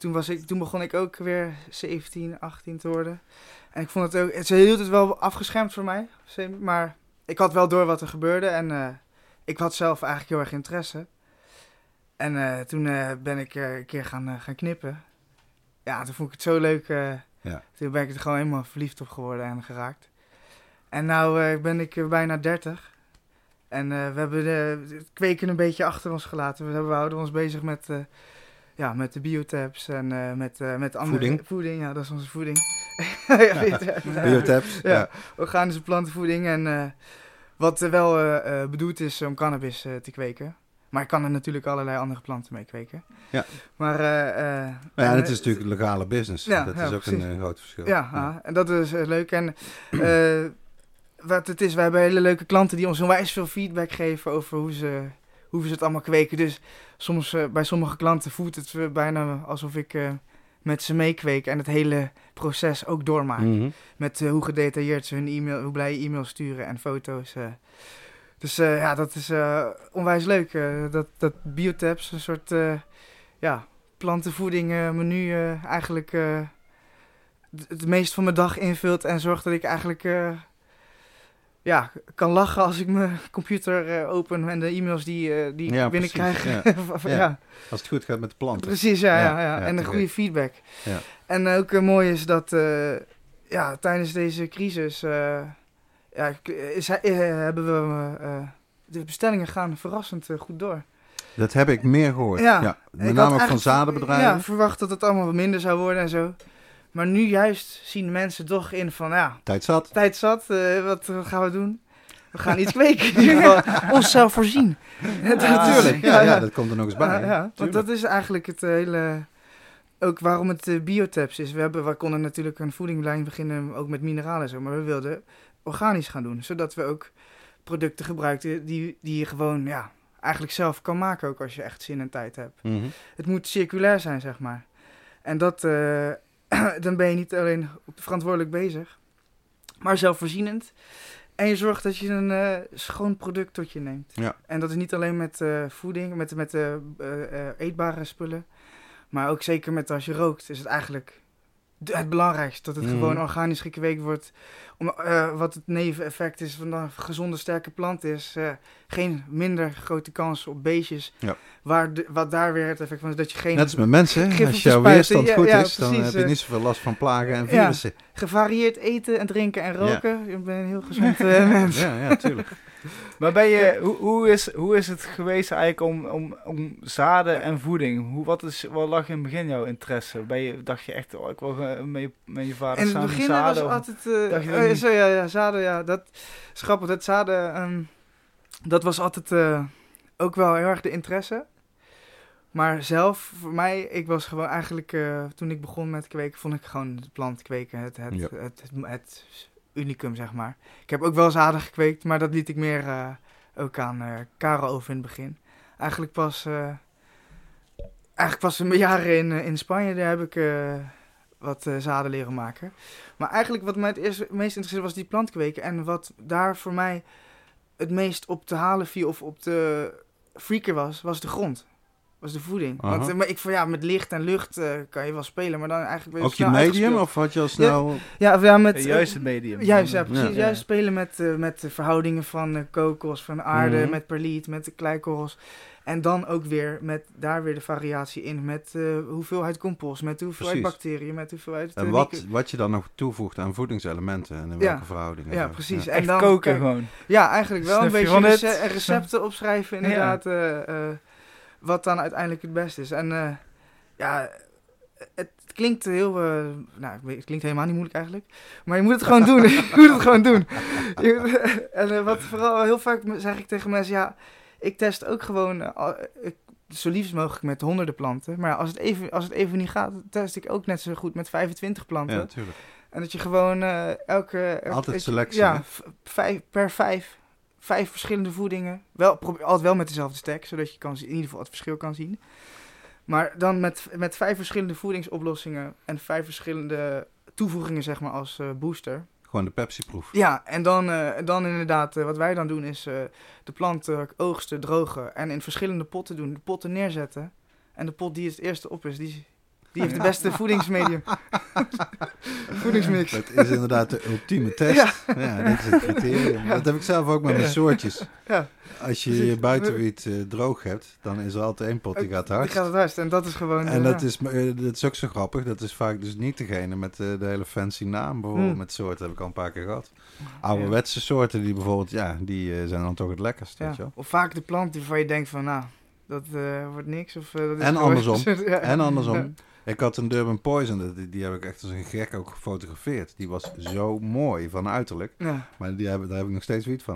toen, was ik, toen begon ik ook weer zeventien, achttien te worden. En ik vond het ook... Ze hield het wel afgeschermd voor mij. Maar ik had wel door wat er gebeurde. En uh, ik had zelf eigenlijk heel erg interesse. En uh, toen uh, ben ik uh, een keer gaan, uh, gaan knippen. Ja, toen vond ik het zo leuk. Uh, ja. Toen ben ik er gewoon helemaal verliefd op geworden en geraakt. En nou uh, ben ik uh, bijna dertig. En uh, we hebben de, het kweken een beetje achter ons gelaten. We, hebben, we houden ons bezig met, uh, ja, met de biotabs en uh, met, uh, met andere... Voeding. Voeding, ja, dat is onze voeding. ja, ja. Biotabs. Ja, ja, organische plantenvoeding. En uh, wat uh, wel uh, uh, bedoeld is om cannabis uh, te kweken. Maar ik kan er natuurlijk allerlei andere planten mee kweken. Ja. Maar... Uh, uh, ja, en het is natuurlijk een legale business. Ja, dat ja, is ook precies. een uh, groot verschil. Ja, ja. Ah, en dat is uh, leuk. En uh, wat het is, wij hebben hele leuke klanten die ons onwijs veel feedback geven over hoe ze, hoe ze het allemaal kweken. Dus soms uh, bij sommige klanten voelt het uh, bijna alsof ik uh, met ze meekweek en het hele proces ook doormaak. Mm-hmm. Met uh, hoe gedetailleerd ze hun e-mail, hoe blij e-mails sturen en foto's. Uh. Dus uh, ja, dat is uh, onwijs leuk. Uh, dat, dat Biotabs, een soort uh, ja, plantenvoeding uh, menu uh, eigenlijk uh, d- het meest van mijn dag invult. En zorgt dat ik eigenlijk uh, ja, kan lachen als ik mijn computer uh, open en de e-mails die, uh, die ja, ik binnenkrijg. Ja. ja. Ja. Als het goed gaat met de planten. Precies, ja. ja, ja, ja, ja. En een goede feedback. Ja. En uh, ook uh, mooi is dat uh, ja, tijdens deze crisis... Uh, Ja, is, uh, hebben we uh, de bestellingen gaan verrassend uh, goed door. Dat heb ik meer gehoord. Ja, ja. Met name ook van zadenbedrijven. Ja, verwacht dat het allemaal wat minder zou worden en zo. Maar nu juist zien mensen toch in van, ja... Tijd zat. Tijd zat, uh, wat, wat gaan we doen? We gaan iets kweken. In ieder geval onszelf voorzien. Ja, natuurlijk. Ja, ja, ja, dat komt er nog eens bij. Ja, ja, want dat is eigenlijk het hele... Ook waarom het uh, Biotabs is. We, hebben, we konden natuurlijk een voedinglijn beginnen, ook met mineralen en zo. Maar we wilden organisch gaan doen. Zodat we ook producten gebruikten die, die je gewoon ja, eigenlijk zelf kan maken. Ook als je echt zin en tijd hebt. Mm-hmm. Het moet circulair zijn, zeg maar. En dat, uh, dan ben je niet alleen verantwoordelijk bezig. Maar zelfvoorzienend. En je zorgt dat je een uh, schoon product tot je neemt. Ja. En dat is niet alleen met uh, voeding, met, met uh, uh, uh, eetbare spullen. Maar ook zeker met als je rookt, is het eigenlijk het belangrijkste. Dat het mm. gewoon organisch gekweekt wordt. Om, uh, wat het neveneffect is van een gezonde, sterke plant is. Uh, geen minder grote kans op beestjes. Ja. Waar de, wat daar weer het effect van is dat je geen... Net als met mensen. Als jouw weerstand ja, goed ja, is, precies, dan heb je niet zoveel last van plagen en virussen. Ja, gevarieerd eten en drinken en roken. Ja. Je bent een heel gezond uh, mens. Ja, ja, tuurlijk. Maar ben je, hoe, hoe, is, hoe is het geweest eigenlijk om, om, om zaden en voeding? Hoe, wat, is, wat lag in het begin jouw interesse? Ben je, dacht je echt, oh, ik wil met je, met je vader samen zaden? In het begin was altijd... Uh, uh, zo, ja, ja, zaden, ja. Dat is grappig. Dat zaden, um, dat was altijd uh, ook wel heel erg de interesse. Maar zelf, voor mij, ik was gewoon eigenlijk... Uh, toen ik begon met kweken, vond ik gewoon het plant kweken het, het, ja. het, het, het, het unicum, zeg maar. Ik heb ook wel zaden gekweekt, maar dat liet ik meer uh, ook aan uh, Karel over in het begin. Eigenlijk pas, uh, eigenlijk pas een jaren in, uh, in Spanje, daar heb ik uh, wat uh, zaden leren maken. Maar eigenlijk wat mij het eerst, meest interesseerde was die plantkweken. En wat daar voor mij het meest op te halen viel of op de freaker was, was de grond. Was de voeding. Uh-huh. Want maar ik van ja, met licht en lucht uh, kan je wel spelen, maar dan eigenlijk ben je ook je medium of had je al snel... Ja, ja, ja met... Het juiste medium. Juist, ja, precies. Ja. Juist spelen met, uh, met de verhoudingen van uh, kokos, van aarde, mm-hmm. met perliet, met de kleikorrels. En dan ook weer met daar weer de variatie in, met uh, hoeveelheid compost, met de hoeveelheid precies. bacteriën, met de hoeveelheid... En wat, wat je dan nog toevoegt aan voedingselementen en in welke ja. verhoudingen. Ja, zo. precies. Ja. En echt dan koken kijk, gewoon. Ja, eigenlijk wel. Snufje een beetje rece- rece- recepten opschrijven inderdaad. Ja. Uh, uh, wat dan uiteindelijk het beste is. En uh, ja, het klinkt heel... Uh, nou, het klinkt helemaal niet moeilijk eigenlijk. Maar je moet het gewoon doen. Je moet het gewoon doen. Je, en uh, wat vooral heel vaak zeg ik tegen mensen... Ja, ik test ook gewoon uh, ik, zo liefst mogelijk met honderden planten. Maar als het, even, als het even niet gaat, test ik ook net zo goed met vijfentwintig planten. Ja, natuurlijk. En dat je gewoon uh, elke... Altijd ik, selectie. Ja, v- vijf, per vijf... Vijf verschillende voedingen. Wel, probeer, altijd wel met dezelfde stack, zodat je kan, in ieder geval het verschil kan zien. Maar dan met, met vijf verschillende voedingsoplossingen en vijf verschillende toevoegingen, zeg maar, als uh, booster. Gewoon de Pepsi-proef. Ja, en dan, uh, dan inderdaad, uh, wat wij dan doen is uh, de plant uh, oogsten, drogen en in verschillende potten doen. De potten neerzetten. En de pot die het eerste op is, die, Die heeft de beste voedingsmedium. Voedingsmix. Dat is inderdaad de ultieme test. Ja, ja dat is het criterium. Dat heb ik zelf ook met mijn soortjes. Ja. Als je je buitenwiet uh, droog hebt, dan is er altijd één pot die gaat hard. Die gaat het hardst. En dat is gewoon... En uh, dat, ja. is, uh, dat is ook zo grappig. Dat is vaak dus niet degene met uh, de hele fancy naam. Bijvoorbeeld hmm. met soorten, heb ik al een paar keer gehad. Ouderwetse ja. soorten die bijvoorbeeld, ja, die uh, zijn dan toch het lekkerst. Ja. Weet je wel? Of vaak de plant waarvan je denkt van, nou, dat uh, wordt niks. Of, uh, dat is en, gewoon... andersom. ja. en andersom. Ja. Ik had een Durban Poison, die, die heb ik echt als een gek ook gefotografeerd. Die was zo mooi van uiterlijk, ja. maar die heb, daar heb ik nog steeds wiet van.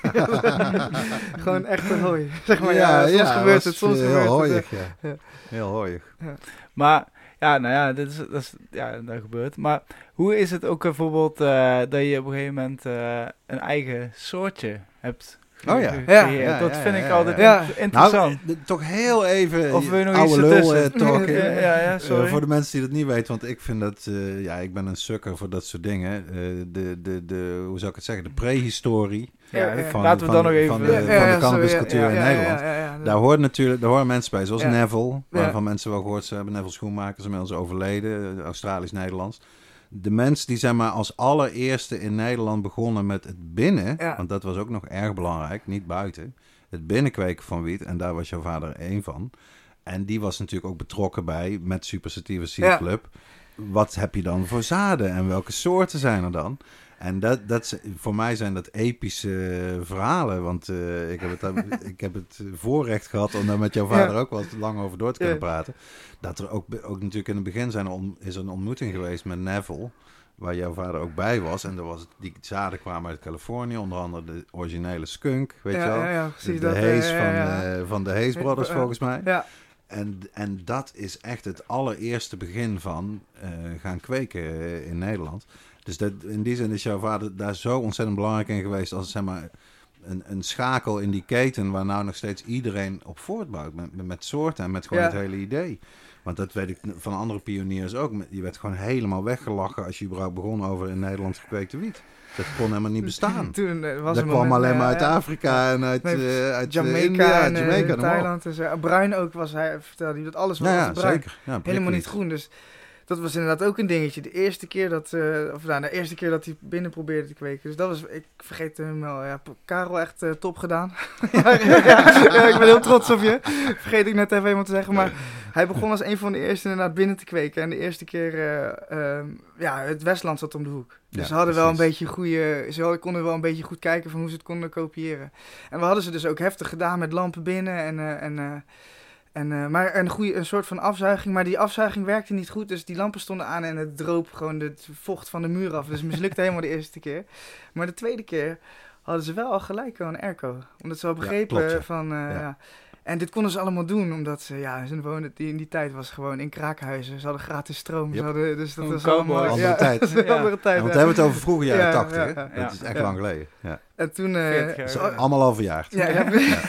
Gewoon echt een hooi. Zeg maar, ja, ja soms ja, gebeurt het, soms heel gebeurt hooiig, het. Ja. Ja. Heel hooiig. Ja. Maar, ja, nou ja, dat, is, dat, is, ja, dat gebeurt. Maar hoe is het ook bijvoorbeeld uh, dat je op een gegeven moment uh, een eigen soortje hebt? Oh ja. Ja, ja, dat ja, vind ja, ik ja, altijd ja. interessant. Nou, toch heel even of wil je nog oude iets lul ertussen? uh, talken. ja, ja, ja, sorry. Uh, voor de mensen die dat niet weten, want ik vind dat, uh, ja, ik ben een sukker voor dat soort dingen. Uh, de, de, de, hoe zou ik het zeggen, de prehistorie. Ja, ja. Van, laten we van, dan nog even... Van de, ja, van ja, de cannabiscultuur ja, in ja, Nederland. Ja, ja, ja, ja. Daar horen natuurlijk, daar horen mensen bij, zoals ja. Neville, waarvan ja. mensen wel gehoord ze hebben. Neville Schoenmakers, inmiddels overleden, Australisch-Nederlands. De mens die zeg maar als allereerste in Nederland begonnen met het binnen, ja. want dat was ook nog erg belangrijk, niet buiten, het binnenkweken van wiet. En daar was jouw vader één van. En die was natuurlijk ook betrokken bij, met Super Sativa Seed Club. Ja. Wat heb je dan voor zaden en welke soorten zijn er dan? En dat, dat, voor mij zijn dat epische verhalen. Want uh, ik, heb het, ik heb het voorrecht gehad om daar met jouw vader ja. ook wel lang over door te kunnen ja. praten. Dat er ook, ook natuurlijk in het begin zijn on, is er een ontmoeting geweest met Neville, waar jouw vader ook bij was. En er was het, die zaden kwamen uit Californië, onder andere de originele skunk, weet ja, je wel? Ja, ja, de de dat, Hayes ja, van, ja, ja. uh, van de Hayes Brothers, ja. volgens mij. Ja. En, en dat is echt het allereerste begin van uh, gaan kweken uh, in Nederland. Dus dat, in die zin is jouw vader daar zo ontzettend belangrijk in geweest als zeg maar een, een schakel in die keten waar nou nog steeds iedereen op voortbouwt. Met, met soorten en met gewoon ja. het hele idee. Want dat weet ik van andere pioniers ook. Je werd gewoon helemaal weggelachen als je überhaupt begon over in Nederland gekweekte wiet. Dat kon helemaal niet bestaan. Toen, uh, was dat kwam moment, alleen maar ja, uit ja. Afrika en uit, nee, uh, uit Jamaica, India, en Jamaica, uh, Thailand. Dus, uh, bruin ook was hij, vertelde hij dat alles was ja, ja, bruin. Zeker. Ja, helemaal niet groen. Dus dat was inderdaad ook een dingetje. De eerste keer dat, uh, of nou, de eerste keer dat hij binnen probeerde te kweken. Dus dat was, ik vergeet hem wel. Ja, Karel echt uh, top gedaan. ja, ja, ja, ik ben heel trots op je. Vergeet ik net even iemand te zeggen. Maar hij begon als een van de eerste inderdaad binnen te kweken. En de eerste keer, uh, uh, ja, het Westland zat om de hoek. Dus ja, ze hadden precies. wel een beetje goede, ze hadden, konden wel een beetje goed kijken van hoe ze het konden kopiëren. En we hadden ze dus ook heftig gedaan met lampen binnen en... Uh, en uh, En, uh, maar een, goede, een soort van afzuiging, maar die afzuiging werkte niet goed. Dus die lampen stonden aan en het droop gewoon het vocht van de muur af. Dus het mislukte helemaal de eerste keer. Maar de tweede keer hadden ze wel al gelijk aan airco. Omdat ze al begrepen ja, klopt, ja. van... Uh, ja. Ja. En dit konden ze allemaal doen, omdat ze, ja, ze woonden, die, in die tijd was gewoon in kraakhuizen. Ze hadden gratis stroom. Yep. Ze hadden, dus dat was allemaal... Andere ja, tijd. dat ja. andere tijd. Ja, want we hebben het over vroeger jaren ja, tachtig, ja, hè? ja, Dat ja. is echt ja. lang geleden. Ja. En toen... Uh, jaar, zo, allemaal al verjaard. Ja, ja. ja.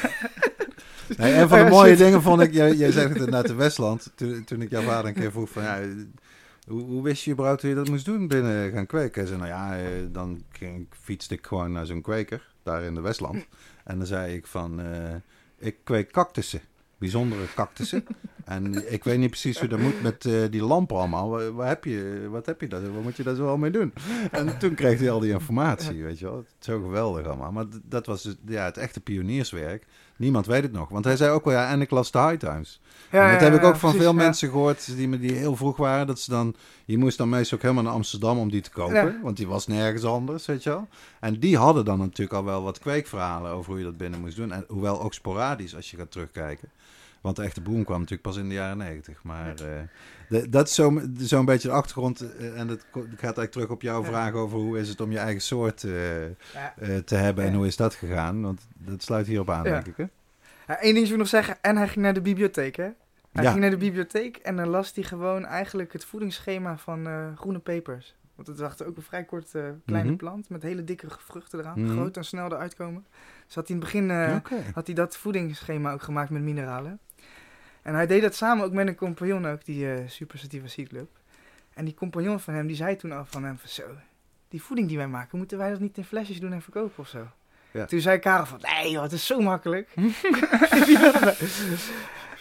Nee, een van de mooie dingen vond ik, jij, jij zegt het naar de Westland, toen, toen ik jouw vader een keer vroeg van, ja, hoe, hoe wist je überhaupt hoe je dat moest doen binnen gaan kweken? Hij zei, nou ja, dan ging, fietste ik gewoon naar zo'n kweker, daar in de Westland. En dan zei ik van, uh, ik kweek cactussen, bijzondere cactussen. En ik weet niet precies hoe dat moet met uh, die lampen allemaal. Waar, waar heb je, wat heb je dat? Wat moet je daar zo al mee doen? En toen kreeg hij al die informatie, weet je wel. Zo geweldig allemaal. Maar d- dat was dus, ja, het echte pionierswerk. Niemand weet het nog. Want hij zei ook wel, ja, en ik las de High Times. Ja, en dat ja, heb ik ook ja, van precies, veel ja. mensen gehoord die, die heel vroeg waren. Dat ze dan, je moest dan meestal ook helemaal naar Amsterdam om die te kopen. Ja. Want die was nergens anders, weet je wel. En die hadden dan natuurlijk al wel wat kweekverhalen over hoe je dat binnen moest doen. En hoewel ook sporadisch als je gaat terugkijken. Want de echte boom kwam natuurlijk pas in de jaren negentig. Maar uh, de, dat is zo'n zo beetje de achtergrond. Uh, en dat gaat eigenlijk terug op jouw ja. vraag over hoe is het om je eigen soort uh, ja. uh, te hebben. En ja. hoe is dat gegaan? Want dat sluit hierop aan, ja. denk ik. Hè? Ja, één ding wil ik nog zeggen. En hij ging naar de bibliotheek, hè? Hij ja. ging naar de bibliotheek en dan las hij gewoon eigenlijk het voedingsschema van uh, groene pepers. Want het was ook een vrij kort uh, kleine mm-hmm. plant met hele dikke vruchten eraan. Mm-hmm. Groot en snel eruit komen. Dus had hij in het begin uh, okay. had hij dat voedingsschema ook gemaakt met mineralen. En hij deed dat samen ook met een compagnon ook, die uh, Super Sativa Seed Club. En die compagnon van hem, die zei toen al van hem van zo, die voeding die wij maken, moeten wij dat niet in flesjes doen en verkopen of zo? Ja. Toen zei Karel van, nee joh, het is zo makkelijk.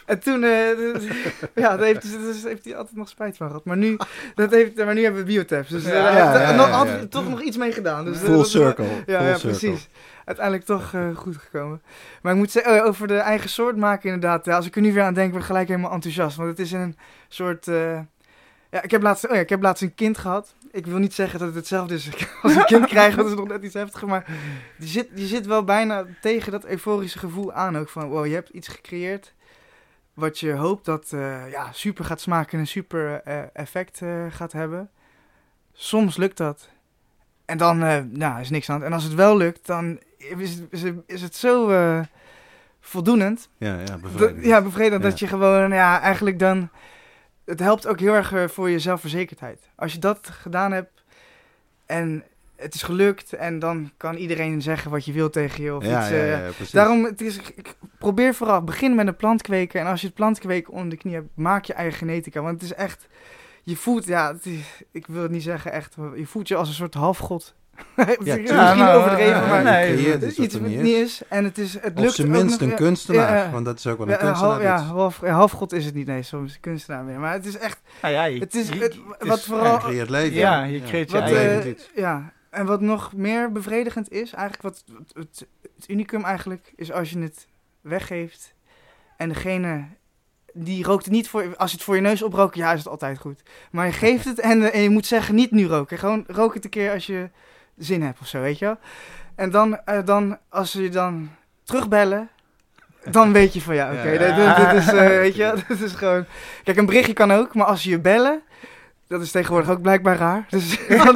En toen, uh, ja, daar heeft, dus heeft hij altijd nog spijt van gehad. Maar nu, dat heeft, maar nu hebben we biotabs. Dus uh, Ja, hij ja, heeft ja, er ja, nog, ja. altijd toch nog iets mee gedaan. Dus, uh, Full dat- circle. Ja, full ja circle. precies. Uiteindelijk toch uh, goed gekomen. Maar ik moet zeggen, oh, over de eigen soort maken inderdaad. Ja, als ik er nu weer aan denk, word ik gelijk helemaal enthousiast. Want het is een soort... Uh, ja, ik heb, laatst, oh ja, ik heb laatst een kind gehad. Ik wil niet zeggen dat het hetzelfde is als een kind krijgen. Dat is nog net iets heftiger. Maar die zit, die zit wel bijna tegen dat euforische gevoel aan ook. Van, wow, je hebt iets gecreëerd wat je hoopt dat uh, ja, super gaat smaken en een super uh, effect uh, gaat hebben. Soms lukt dat. En dan uh, nou, is niks aan het. En als het wel lukt, dan is het, is het, is het zo uh, voldoenend. Ja, ja, bevredigend. Dat, ja, bevredigend Ja. dat je gewoon, ja, eigenlijk dan... Het helpt ook heel erg uh, voor je zelfverzekerdheid. Als je dat gedaan hebt en het is gelukt en dan kan iedereen zeggen wat je wil tegen je. Of Ja, iets, ja, uh, ja, ja, precies. Daarom, het is, ik probeer vooral, begin met een plant kweken. En als je het plant kweken onder de knie hebt, maak je eigen genetica. Want het is echt, je voelt, ja, het is, ik wil het niet zeggen echt, je voelt je als een soort halfgod. Ja, misschien ja, nou, overdreven, ja, maar nee, je creëert het iets is wat iets er wat niet niet is. is. En het is, het Of lukt zijn ook minst nog- een ja, kunstenaar, ja, ja. want dat is ook wel een Ja, kunstenaar. half, ja, doet. half, ja, halfgod is het niet, nee, soms kunstenaar meer. Maar het is echt, Nou ja, je, het is, je- het, het wat is- vooral... Ja, creëert leven. Ja, je creëert je Wat, eigen- eh, levend iets. ja, en wat nog meer bevredigend is, eigenlijk wat het, het, het unicum eigenlijk, is als je het weggeeft en degene die rookt het niet voor, als je het voor je neus oprookt, ja, is het altijd goed. Maar je geeft het en, eh, en je moet zeggen, niet nu roken. Gewoon rook het een keer als je zin hebt of zo, weet je wel. En dan, uh, dan als ze je dan terugbellen, dan weet je van ja, oké, Ja, ja. dit, dit, dit is, uh, weet je wel, dit is gewoon... Kijk, een berichtje kan ook, maar als ze je bellen, dat is tegenwoordig ook blijkbaar raar. Dus dan,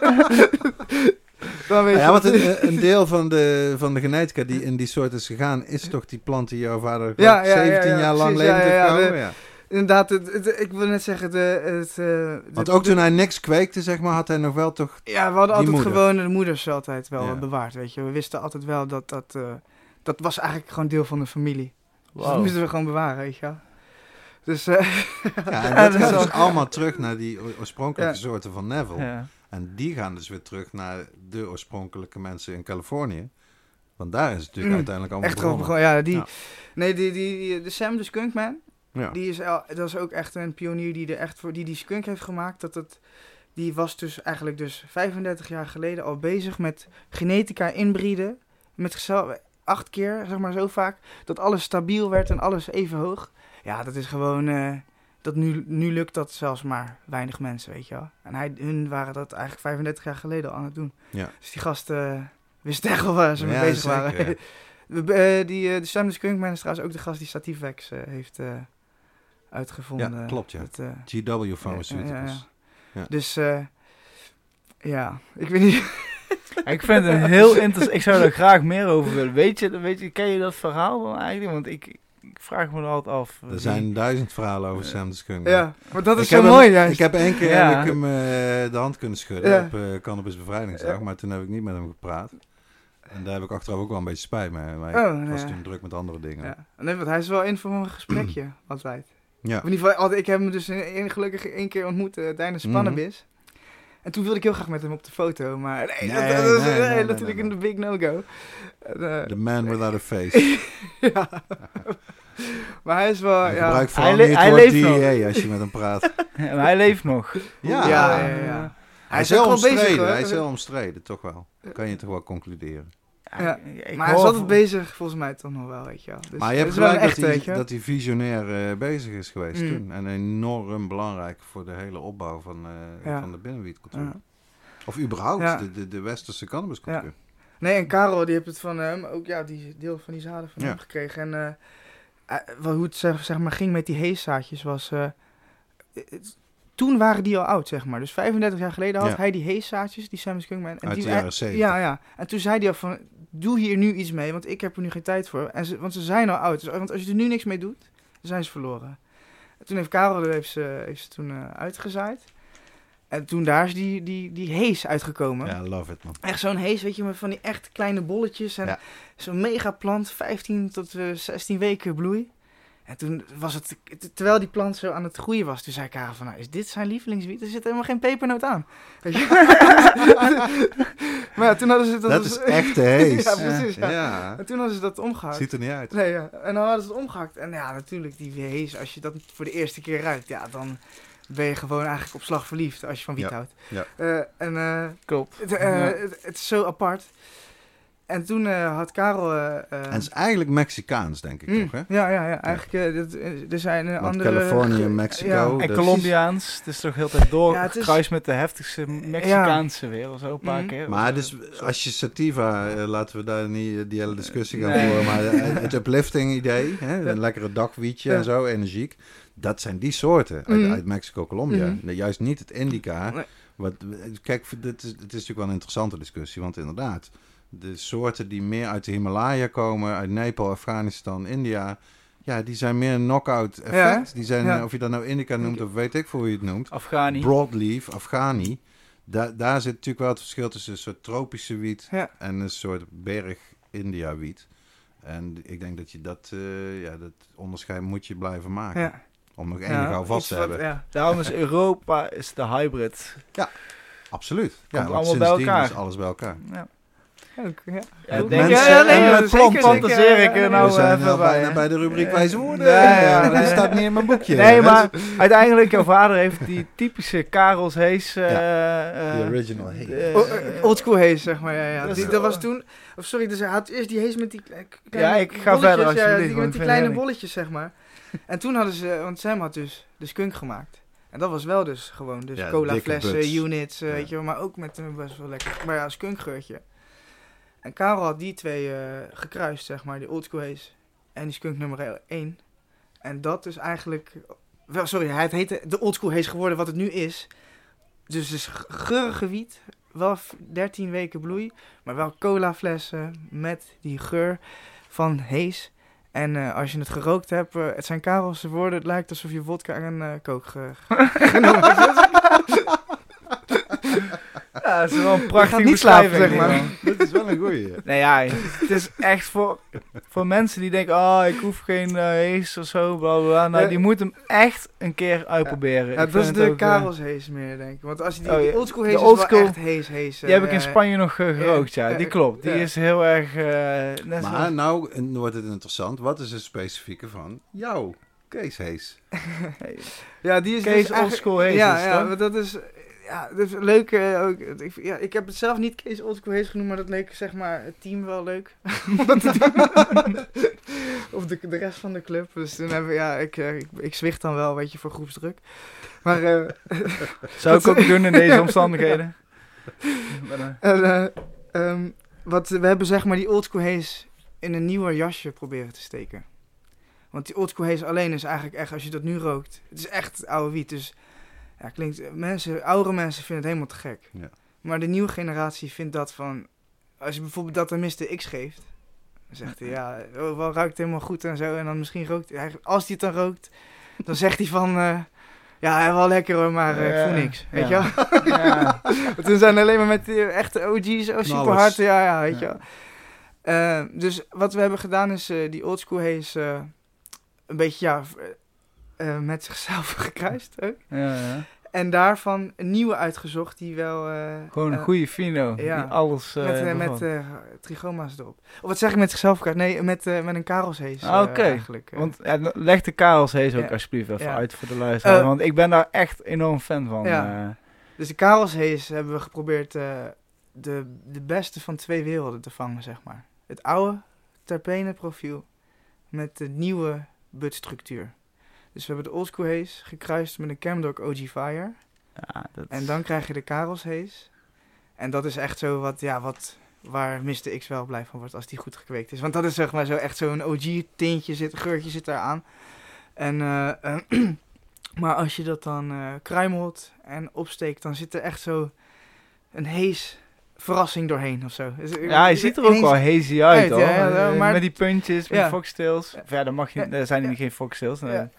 dan weet je... Ja, want een, een deel van de, van de genetica die in die soort is gegaan, is toch die plant die jouw vader Ja, ja, ja, zeventien ja, jaar lang precies, levend ja, ja, heeft ja, gehouden? de- Ja. Inderdaad, het, het- ik wil net zeggen, de, het... uh, Want de- ook de- toen hij niks kweekte, zeg maar, had hij nog wel toch... Ja, we hadden die altijd moeder. gewoon de moeders altijd wel Ja. bewaard, weet je. We wisten altijd wel dat dat... Uh, dat was eigenlijk gewoon deel van de familie. Dus dat Wow. moesten we gewoon bewaren, weet je wel. Dus... Uh, Ja, en Ja, dat dat gaat is dus ook- allemaal terug naar die o- oorspronkelijke Ja. soorten van Neville. Ja. En die gaan dus weer terug naar de oorspronkelijke mensen in Californië. Want daar is het natuurlijk Mm, uiteindelijk allemaal echt gewoon, begonnen. gewoon, ja, die... Ja. Nee, die, die, die, de Sam, de Skunkman, Ja. die is, el- dat is ook echt een pionier die er echt voor, die die skunk heeft gemaakt. Dat het, die was dus eigenlijk dus vijfendertig jaar geleden al bezig met genetica inbreeden. Met zichzelf acht keer, zeg maar zo vaak, dat alles stabiel werd en alles even hoog. Ja, dat is gewoon, eh, dat nu, nu lukt dat zelfs maar weinig mensen, weet je wel. En hij, hun waren dat eigenlijk vijfendertig jaar geleden al aan het doen. Ja. Dus die gasten uh, wisten echt wel waar ze mee Ja, bezig zeker, waren. ja. De, eh, die, eh, de Sam de Skunkman is trouwens ook de gast die Sativex uh, heeft uh, uitgevonden. Ja, klopt, ja. Dat, uh, G W Pharmaceuticals. ja, ja, Ja. Dus uh, ja, ik weet niet. Ik vind het heel interessant. Ik zou er graag meer over willen. Weet je, weet je, ken je dat verhaal dan eigenlijk? Want ik, ik vraag me er altijd af. Er zijn duizend verhalen over Sam de Skunk. Ja, maar dat is Ik zo heb hem- mooi juist. Ik heb één keer Ja. heb ik hem uh, de hand kunnen schudden Ja. op uh, Cannabis Bevrijdingsdag, Ja. maar toen heb ik niet met hem gepraat. En daar heb ik achteraf ook wel een beetje spijt mee. Maar Oh, ik nee, was ja. toen druk met andere dingen. Ja. Nee, want hij is wel in voor een gesprekje altijd. Ja. Of in ieder geval, altijd, ik heb hem dus in, in, gelukkig één keer ontmoet uh, tijdens Mhm. Spannabis. En toen wilde ik heel graag met hem op de foto, maar nee, Nee, dat, dat is nee, nee, nee, nee, natuurlijk nee, nee. een big no-go. En, uh, The man without a face. ja. Maar hij is wel, Hij ja. gebruikt vooral Hij le- niet hij het woord leeft nog. D E A als je met hem praat. Maar hij leeft nog. Ja, Ja, ja, ja. Hij is ook heel wel bezig, omstreden. hoor. Hij is heel omstreden, toch wel. Kan je toch wel concluderen. Ja. ik- ik Maar hij is hoor altijd van- bezig, volgens mij toch nog wel, weet je wel. Dus Maar je het hebt is wel een gelijk dat, echte, hij, weet je wel. dat hij visionair uh, bezig is geweest Mm. toen. En enorm belangrijk voor de hele opbouw van, uh, Ja. van de binnenwietcultuur. Ja. Of überhaupt Ja. de, de, de westerse cannabiscultuur. Nee, en Karel, die heeft het van hem, ook ja, die deel van die zaden van Ja. hem gekregen. En uh, uh, wel hoe het zeg, zeg maar ging met die heeszaadjes was... Uh, het, toen waren die al oud, zeg maar. Dus vijfendertig jaar geleden had Ja. hij die heeszaadjes, die Sam Skunkman. En Uit die, de jaren eh, zeventig. Ja, ja. En toen zei hij al van, doe hier nu iets mee, want ik heb er nu geen tijd voor. En ze, want ze zijn al oud. Dus, want als je er nu niks mee doet, dan zijn ze verloren. En toen heeft Karel er heeft ze, heeft ze toen uh, uitgezaaid. En toen daar is die, die, die hees uitgekomen. Ja, love it man. Echt zo'n hees, weet je, met van die echt kleine bolletjes. En Ja. zo'n mega plant, vijftien tot uh, zestien weken bloei. En toen was het, terwijl die plant zo aan het groeien was, toen zei Karel van, nou, is dit zijn lievelingswiet? Er zit helemaal geen pepernoot aan. Weet je? Maar ja, toen hadden ze... Dat, dat was, is echte hees. Ja, precies. Ja. Ja. En toen hadden ze dat omgehakt. Ziet er niet uit. Nee, ja. En dan hadden ze het omgehakt. En ja, natuurlijk, die hees, als je dat voor de eerste keer ruikt, ja, dan ben je gewoon eigenlijk op slag verliefd als je van wiet Ja. houdt. Ja. Uh, en uh, Klopt. Het, uh, Ja. het, het is zo apart. En toen uh, had Karel... Uh, uh, En het is eigenlijk Mexicaans, denk ik mm, toch, hè? Ja, ja, ja. Eigenlijk, uh, dit, uh, er zijn uh, Want andere... Californië, ge- Mexico... ja. Oh, En dus- Colombiaans, het is toch heel tijd Ja, het is- doorgekruist met de heftigste Mexicaanse weer, of zo, een paar Mhm. keer. Maar Of, dus eh, als je sativa, uh, laten we daar niet uh, die hele discussie gaan Nee. voeren, maar uh, het uplifting idee, hè, Ja. een lekkere dagwietje Ja. en zo, energiek, dat zijn die soorten uit, Mhm. uit Mexico, Colombia. Mhm. Nee, juist niet het indica. Nee. Wat, kijk, dit is, het is natuurlijk wel een interessante discussie, want inderdaad, de soorten die meer uit de Himalaya komen, uit Nepal, Afghanistan, India, ja, die zijn meer een knock-out effect. Ja. Die zijn, Ja. uh, of je dat nou indica noemt of weet ik voor hoe je het noemt. Afghani. Broadleaf, Afghani. Da- daar zit natuurlijk wel het verschil tussen een soort tropische wiet Ja. en een soort berg-India-wiet. En ik denk dat je dat, uh, ja, dat onderscheid moet je blijven maken. Ja. Om nog enige Ja, houvast iets te wat- hebben. Ja. Daarom is Europa is de hybrid. Absoluut. Ja, Komt want allemaal bij sindsdien elkaar. is alles bij elkaar. Ja. Ook, ja. Ja, Goed. denk mensen- je, ja, nee, en dat met zeker, planten zeker, fantaseer ik er ja, nou we zijn even al bij, bijna hè? bij de rubriek Ja. wijze woorden. Ja, ja, dat nee. staat niet in mijn boekje. Nee, Dat maar is uiteindelijk, jouw vader heeft die typische Karels Hees. eh, De eh, original Hees. eh, O- uh, Oldschool haze, zeg maar. Ja, ja. Dat Die, is- dat was toen... Of sorry, dus hij had eerst die haze met die kle- kleine Ja, ik ga bolletjes, verder, ja, alsjeblieft, die, want met ik die vind kleine het bolletjes, zeg maar. En toen hadden ze... Want Sam had dus de skunk gemaakt. En dat was wel dus gewoon... Dus Ja, cola dikke flessen, buts. units, uh, Ja. weet je wel. Maar ook met een best wel lekker... Maar ja, skunkgeurtje. En Karel had die twee uh, gekruist, zeg maar. Die oldschool haze en die skunk nummer één. En dat is eigenlijk... Wel, sorry, het heette de oldschool haze geworden wat het nu is. Dus het is g- geurige wiet. Wel f- dertien weken bloei. Maar wel cola flessen met die geur van haze. En uh, als je het gerookt hebt, uh, het zijn Karelse woorden. Het lijkt alsof je vodka en uh, coke ge- genomen hebt. Ja, dat is wel een gaat prachtige niet slapen, beschrijving. zeg maar. man. Dat is wel een goeie. Nee, ja, het is echt voor, voor mensen die denken, oh, ik hoef geen uh, Hees of zo, bla bla bla. Nou, Ja. die moeten hem echt een keer uitproberen. Ja, Ik dat is vind de het ook, eh, Karels haze meer, denk ik. Want als je die, Oh, die ja. oldschool De haze oldschool- is wel echt haze haze. Die heb ik in uh, Spanje nog uh, gerookt, ja. ja, Die ja, klopt. Die ja. is heel erg... Uh, net Maar zoals- nou en wordt het interessant. Wat is het specifieke van jou, Kees Hees? Ja, die is Kees dus eigenlijk- Oldschool Haze Ja, is ja, toch? maar dat is... Ja, dat is leuk. eh, ook, ik, ja, ik heb het zelf niet Kees Oldschool Haze genoemd, maar dat leek zeg maar het team wel leuk. Om dat te doen. Of de, de rest van de club. Dus toen hebben we, ja, ik, eh, ik, ik zwicht dan wel, weet je, voor groepsdruk. Maar... eh, Zou ik ook doen in deze omstandigheden. Maar, uh, En, eh, ehm, wat, we hebben zeg maar die oldschool haze in een nieuwer jasje proberen te steken. Want die oldschool haze alleen is eigenlijk echt, als je dat nu rookt, het is echt oude wiet. Dus ja, klinkt, mensen, oudere mensen vinden het helemaal te gek. Ja. Maar de nieuwe generatie vindt dat van, als je bijvoorbeeld dat aan mister X geeft, dan zegt hij, ja, oh, wel ruikt helemaal goed en zo. En dan misschien rookt hij, als hij het dan rookt, dan zegt hij van... eh, ja, wel lekker hoor, maar uh, ik voel niks. Weet ja. je wel? ja. Want toen zijn we alleen maar met die echte O G's oh, super hard. Ja, ja, weet Ja. je wel. Uh, dus wat we hebben gedaan is uh, die oldschool haze uh, een beetje ja, uh, met zichzelf gekruist ook. Ja, ja. En daarvan een nieuwe uitgezocht die wel... Uh, Gewoon een uh, goede fino, ja. die alles uh, met, uh, met uh, trichoma's erop. Of wat zeg ik met zichzelf gekruist? Nee, met, uh, met een karelshaze Ah, oké. uh, eigenlijk. Uh. Want ja, leg de Karels Hees ook Ja. alsjeblieft even Ja. uit voor de luisteraar. Uh, want ik ben daar echt enorm fan van. Ja. Uh, Dus de karelshaze hebben we geprobeerd uh, de, de beste van twee werelden te vangen, zeg maar. Het oude terpene profiel met de nieuwe budstructuur. Dus we hebben de oldschool haze gekruist met een Camdog O G Fire. ja, dat En dan krijg je de Karels haze. En dat is echt zo wat, ja, wat, waar mister X wel blij van wordt als die goed gekweekt is. Want dat is zeg maar zo echt zo'n O G tintje, zit, geurtje zit daar aan. En, uh, uh, maar als je dat dan uh, kruimelt en opsteekt, dan zit er echt zo een haze verrassing doorheen of zo. Dus, ja, je ziet er ook ineens- wel hazy uit, uit, hoor. ja, ja, Uh, maar- met die puntjes, met Ja. die foxtails. Of ja, dan mag je, Ja. er zijn Ja. niet geen foxtails. Ja. nee.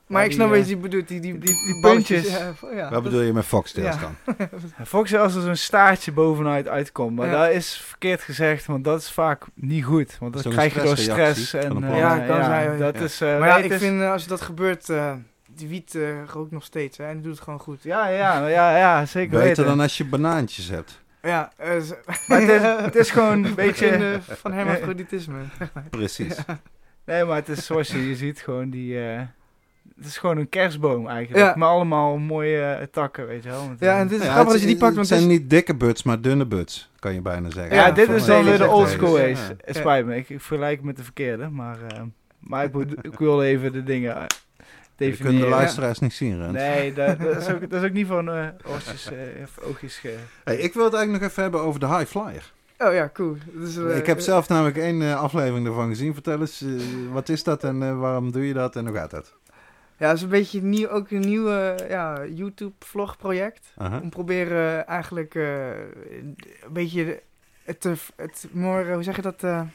Maar Ja, ik snap die, wat je bedoelt, die, die, die, die balletjes, puntjes. Ja, ja, Wat bedoel je met foxtails Ja. dan? Volgens als er zo'n staartje bovenuit uitkomt. Maar Ja. dat is verkeerd gezegd, want dat is vaak niet goed. Want dan Zo'n krijg je door stressreactie stress. En, van een eh, plant. Ja, kan zijn, ja. dat Ja. is... eh, Maar ja, nee, ik het is- vind uh, als dat gebeurt, uh, die wiet uh, rookt nog steeds, hè, en die doet het gewoon goed. Ja, ja, ja, ja, zeker Beter weten. dan als je banaantjes hebt. Ja, uh, Maar het is, het is gewoon een beetje... Begin, uh, van hermafroditisme. Precies. Ja. Nee, maar het is zoals je, je ziet gewoon die... eh, het is gewoon een kerstboom eigenlijk. Ja. Maar allemaal mooie eh, takken, weet je wel. Want, Ja, eh, en dit is Ja, grappig het, als je die pakt, het want zijn het is- niet dikke buts, maar dunne buts, kan je bijna zeggen. ja, Ja, dit van is mij dan weer is de echt old deze. school Ja. ways. Het spijt me, ik, ik vergelijk met de verkeerde. Maar, eh, maar ik, moet, ik wil even de dingen eh, Je kunt de definiëren. luisteraars niet zien, Rens. Nee, dat, dat, is ook, dat is ook niet van eh oortjes, eh, of oogjes. Ge... Hey, ik wil het eigenlijk nog even hebben over de High Flyer. Oh ja, cool. Dus, uh, ik heb zelf namelijk één uh, aflevering ervan gezien. Vertel eens, uh, wat is dat en uh, waarom doe je dat en hoe gaat dat? Ja, het is een beetje nieuw, ook een nieuw uh, ja, YouTube-vlog-project. Uh-huh. Om proberen eigenlijk uh, een beetje het, het, het more, hoe zeg je dat? Uh,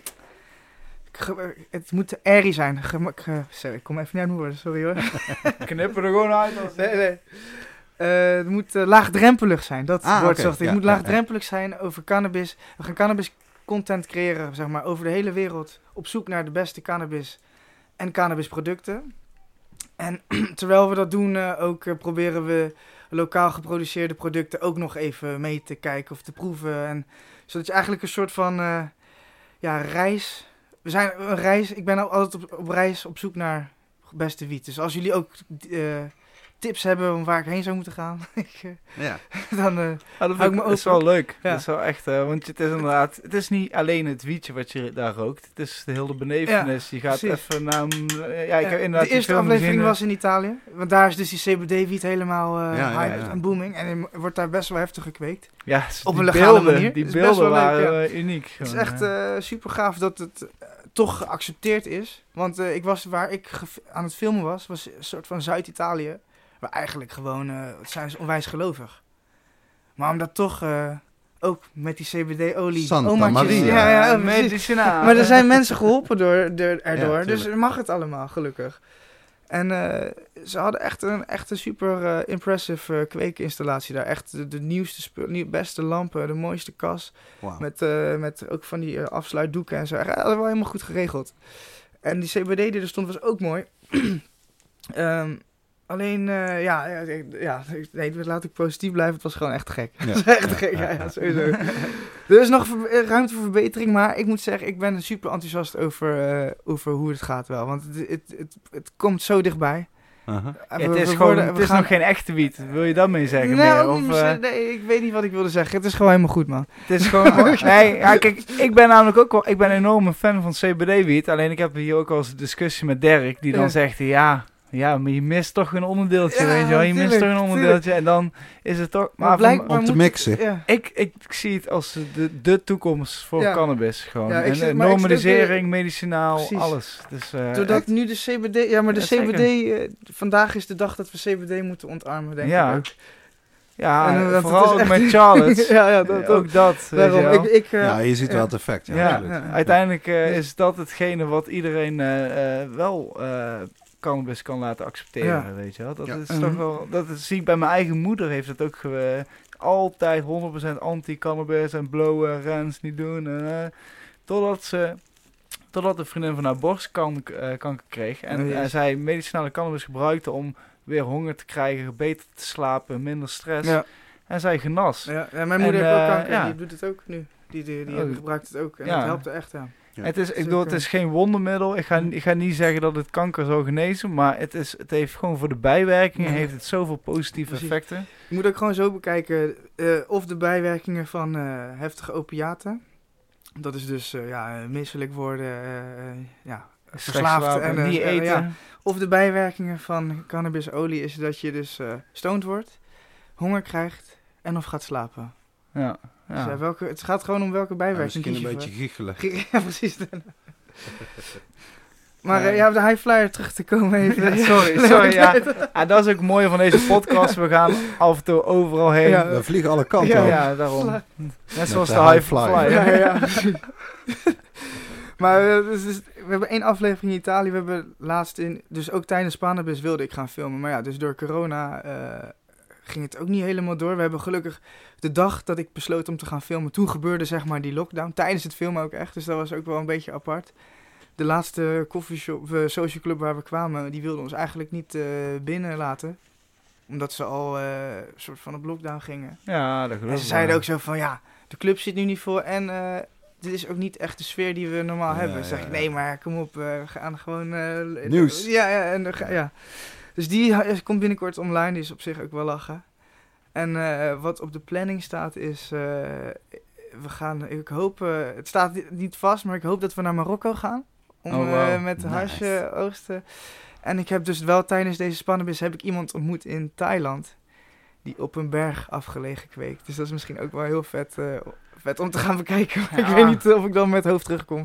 ge, het moet airy zijn. Ge, ge, sorry, ik kom even niet uit mijn woorden, sorry hoor. Knippen er gewoon uit. Als... Nee, nee. Uh, het moet uh, laagdrempelig zijn. Dat Ah, woord okay. zocht ik. Ja, Het moet ja, laagdrempelig zijn over cannabis. We gaan cannabis content creëren, zeg maar, over de hele wereld. Op zoek naar de beste cannabis en cannabisproducten. En terwijl we dat doen, uh, ook uh, proberen we lokaal geproduceerde producten ook nog even mee te kijken of te proeven. En, zodat je eigenlijk een soort van uh, ja, reis... We zijn een reis... Ik ben altijd op, op reis op zoek naar beste wiet. Dus als jullie ook uh, tips hebben om waar ik heen zou moeten gaan, ik, uh, Ja. dan... Uh, Ja, dat, Hou ik vind ik, me dat is wel leuk. Ja. Dat is wel echt, uh, want het is inderdaad, het is niet alleen het wietje wat je daar rookt. Het is de hele belevenis. je gaat precies. even naar een, uh, ja, ik Ja, heb inderdaad de eerste film aflevering gezien, was in Italië. Want daar is dus die C B D-wiet helemaal uh, Ja, ja, hype ja. en booming. En er wordt daar best wel heftig gekweekt. Ja, op die een legale beelden, manier. Die Het is best beelden wel leuk, waren uh, uniek. Het is gewoon, echt uh. uh, super gaaf dat het uh, toch geaccepteerd is. Want uh, ik was waar ik ge- aan het filmen was, was een soort van Zuid-Italië. Waar eigenlijk gewoon, uh, het zijn ze onwijs gelovig. Maar omdat toch uh, ook met die C B D-olie... Santa omaatjes- Maria. Ja, ja, Ja, precies. medicinaal. Maar er zijn mensen geholpen door, door, erdoor, Ja, dus tuurlijk. mag het allemaal, gelukkig. En uh, ze hadden echt een, echt een super uh, impressive uh, kweekinstallatie daar. Echt de, de nieuwste, spul, nieuw, beste lampen, de mooiste kas. Wow. Met, uh, met ook van die uh, afsluitdoeken en zo. Echt, dat was wel helemaal goed geregeld. En die C B D die er stond was ook mooi. um, alleen, uh, ja, ja, ja, nee, laat ik positief blijven. Het was gewoon echt gek. Ja. Het was echt Ja, gek, ja, ja, ja, ja. sowieso. Er is nog ver- ruimte voor verbetering, maar ik moet zeggen, ik ben super enthousiast over, uh, over hoe het gaat wel. Want het, het, het, het komt zo dichtbij. Uh-huh. En Ja, we- het is, we gewoon, worden- het we is gaan- nog geen echte wiet. Wil je dat mee zeggen? Nee, meer? ook niet Of, uh, per se- nee, ik weet niet wat ik wilde zeggen. Het is gewoon helemaal goed, man. Het is gewoon... nee, ja, kijk, ik ben namelijk ook wel... Ik ben enorm een fan van C B D-wiet. Alleen ik heb hier ook al eens een discussie met Dirk. Die dan Ja. zegt, ja... Ja, maar je mist toch een onderdeeltje, Ja, weet je wel. Je mist tuurlijk, toch een onderdeeltje. En dan is het toch... Maar Maar blijkbaar van- om te moet- mixen. Ja. ik, ik zie het als de, de toekomst voor Ja. cannabis. Gewoon. Ja, ik en, zit- eh, maar ik zit ook normalisering, medicinaal, Precies. alles. Dus, uh, Doordat nu de C B D... Ja, maar de Ja, C B D... zeker. Uh, vandaag is de dag dat we C B D moeten ontarmen, denk Ja. ik ook. ja, En, uh, dat vooral is ook echt- met Charlotte. ja, ja, dat ook. ook dat. weet Daarom, je wel. ik... ik uh, Ja, je ziet ja. wel het effect. Ja, Ja, absoluut. ja. uiteindelijk uh, Ja. is dat hetgene wat iedereen uh, uh, wel uh, cannabis kan laten accepteren, Ja. weet je wel. Dat Ja. is Mhm. toch wel, dat is, zie ik bij mijn eigen moeder heeft het ook uh, altijd honderd procent anti-cannabis en blowen, rens niet doen. Uh, totdat ze, totdat een vriendin van haar borstkanker uh, kanker kreeg en Oh, uh, jezus. zij medicinale cannabis gebruikte om weer honger te krijgen, beter te slapen, minder stress. Ja. En zij genas. Ja, ja, mijn moeder En, heeft ook uh, kanker, ja. die doet het ook nu. Die, die, die Oh. gebruikt het ook en Ja. dat helpt er echt, ja. Ja. Het is, ik Zeker. bedoel, het is geen wondermiddel. Ik ga, ik ga niet zeggen dat het kanker zal genezen, maar het, is, het heeft gewoon voor de bijwerkingen Ja. heeft het zoveel positieve Precies. effecten. Je moet ook gewoon zo bekijken uh, of de bijwerkingen van uh, heftige opiaten. Dat is dus uh, ja, misselijk worden, uh, uh, ja, verslaafd Slecht slapen, en uh, niet uh, eten. ja. Of de bijwerkingen van cannabisolie is dat je dus uh, stoned wordt, honger krijgt en of gaat slapen. Ja, Dus ja. ja, welke, het gaat gewoon om welke Ja, bijwerking misschien een kies je beetje voor. giechelen. Ja, precies. Maar Ja. uh, ja, op de high flyer terug te komen even. Ja, sorry, sorry. Ja. Ja, dat is ook het mooie van deze podcast. We gaan af en toe overal heen. Ja. Ja, We vliegen alle kanten Ja, op. ja daarom. Net zoals de de high high flyer. flyer. Ja, ja. Maar uh, dus, dus, we hebben één aflevering in Italië. We hebben laatst in... Dus ook tijdens Spanabis wilde ik gaan filmen. Maar ja, dus door corona uh, ging het ook niet helemaal door. We hebben gelukkig de dag dat ik besloot om te gaan filmen... Toen gebeurde zeg maar die lockdown. Tijdens het filmen ook echt. Dus dat was ook wel een beetje apart. De laatste coffeeshop, uh, social club waar we kwamen... Die wilden ons eigenlijk niet uh, binnenlaten. Omdat ze al uh, soort van op lockdown gingen. Ja, dat geloof ik. En ze zeiden ook zo van... Ja, de club zit nu niet vol en... Uh, dit is ook niet echt de sfeer die we normaal Ja, hebben. ja, zeg ik, ja. nee, maar kom op, uh, we gaan gewoon... Uh, Nieuws. Ja, ja, en, uh, ja. Dus die uh, komt binnenkort online, die is op zich ook wel lachen. En uh, wat op de planning staat is... Uh, we gaan, ik hoop... Uh, het staat niet vast, maar ik hoop dat we naar Marokko gaan. Om Oh, wow. uh, met de Nice. hash uh, oogsten. En ik heb dus wel tijdens deze Spanabis... heb ik iemand ontmoet in Thailand... die op een berg afgelegen kweekt. Dus dat is misschien ook wel heel vet... Uh, vet om te gaan bekijken. Maar Ja. ik weet niet of ik dan met hoofd terugkom.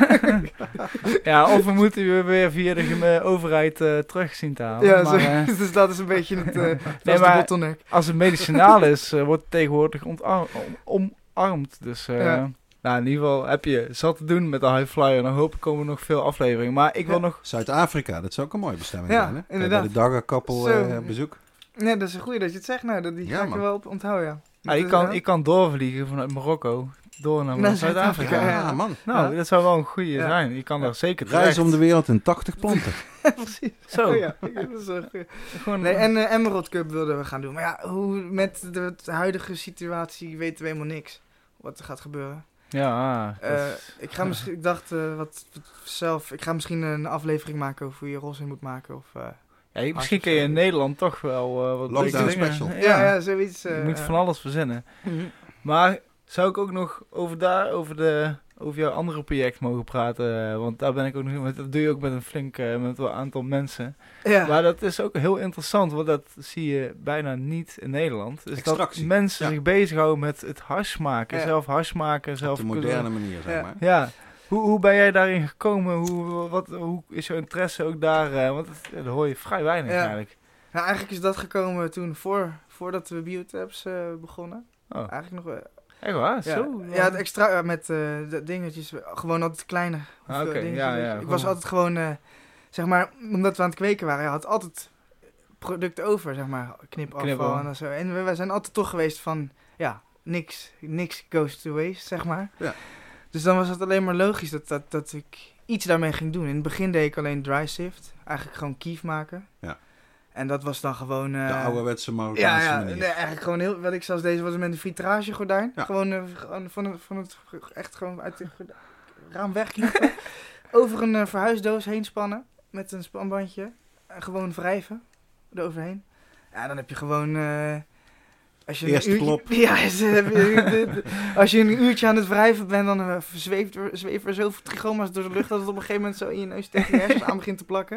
Ja, of we moeten we weer via de geme- overheid uh, terug zien te halen. Ja, maar, zo, uh, dus dat is een beetje het, uh, dat Nee, is de maar- bottleneck. als het medicinaal is, uh, wordt het tegenwoordig ontar- om- omarmd. Dus uh, Ja. nou, in ieder geval heb je zat te doen met de High Flyer. Dan hoop ik komen er nog veel afleveringen. Maar ik wil Ja. nog... Zuid-Afrika, dat zou ook een mooie bestemming Ja, zijn, hè? Kan je inderdaad. bij de Dagger-koppel Zo. uh, bezoek. Nee, dat is een goeie dat je het zegt. Nou, dat, die Ja, ga ik er man. wel op onthouden, ja. Ja, ik, Dat, kan, uh, ik kan doorvliegen vanuit Marokko. Door naar, Naar Zuid-Afrika. Zuid-Afrika, Ja, ja. man. Nou, Ja. dat zou wel een goede Ja. zijn. Je kan Ja. daar zeker Reis terecht. om de wereld in tachtig planten. Precies. Zo. Oh, ja. Dat is een goeie. Gewoon, Nee, en uh, Emerald Cup wilden we gaan doen. Maar ja, hoe, met de, de huidige situatie weten we helemaal niks. Wat er gaat gebeuren. Ja, Uh, dat is- ik, ga misschien, ik dacht uh, wat, wat zelf... Ik ga misschien een aflevering maken over hoe je roze moet maken. Of, uh, ja, je- misschien kun je in Nederland toch wel uh, wat Lockdown leuke dingen- special. Ja, ja, ja, zoiets. Uh, je moet ja. van alles verzinnen. Mhm. Maar zou ik ook nog over daar, over, de, over jouw andere project mogen praten? Uh, want daar ben ik ook nog... want dat doe je ook met een flink uh, met een aantal mensen. Ja. Maar dat is ook heel interessant, want dat zie je bijna niet in Nederland. Dus dat Extractie. mensen Ja. zich bezighouden met het hash maken. Ja. Zelf hash maken. Zelf Op de moderne manier, zeg Ja. maar. Ja. Hoe, hoe ben jij daarin gekomen? Hoe, wat, hoe is jouw interesse ook daar? Uh, want het, ja, daar hoor je vrij weinig Ja. eigenlijk. Nou, eigenlijk is dat gekomen toen, voor, voordat we Biotabs uh, begonnen. Oh, Eigenlijk nog wel. echt waar? Ja, Zo? ja, het extra uh, met uh, de dingetjes, gewoon altijd kleine Ah, oké, dingetjes, ja, weet je. ja, Ik gewoon- was altijd gewoon, uh, zeg maar, omdat we aan het kweken waren, je had altijd producten over, zeg maar, knipafval Knipafval. en zo. En we, we zijn altijd toch geweest van, ja, niks, niks goes to waste, zeg maar. Ja. Dus dan was het alleen maar logisch dat, dat, dat ik iets daarmee ging doen. In het begin deed ik alleen dry sift, eigenlijk gewoon kief maken. Ja. En dat was dan gewoon... Uh, De ouderwetse ja, Marokkaanse ja, manier. nee, eigenlijk gewoon heel, wat ik zelfs deze was met een vitragegordijn. Ja. Gewoon, uh, gewoon van, het, van het, echt gewoon uit het gord- raam wegknippen. Over een uh, verhuisdoos heen spannen met een spanbandje. En gewoon wrijven eroverheen. Ja, dan heb je gewoon... Uh, als je Eerste een uurtje, klop. Ja, als je, als je een uurtje aan het wrijven bent, dan uh, zweeft er, zweven er zoveel trichoma's door de lucht dat het op een gegeven moment zo in je neus tegen je hersens aan begint te plakken.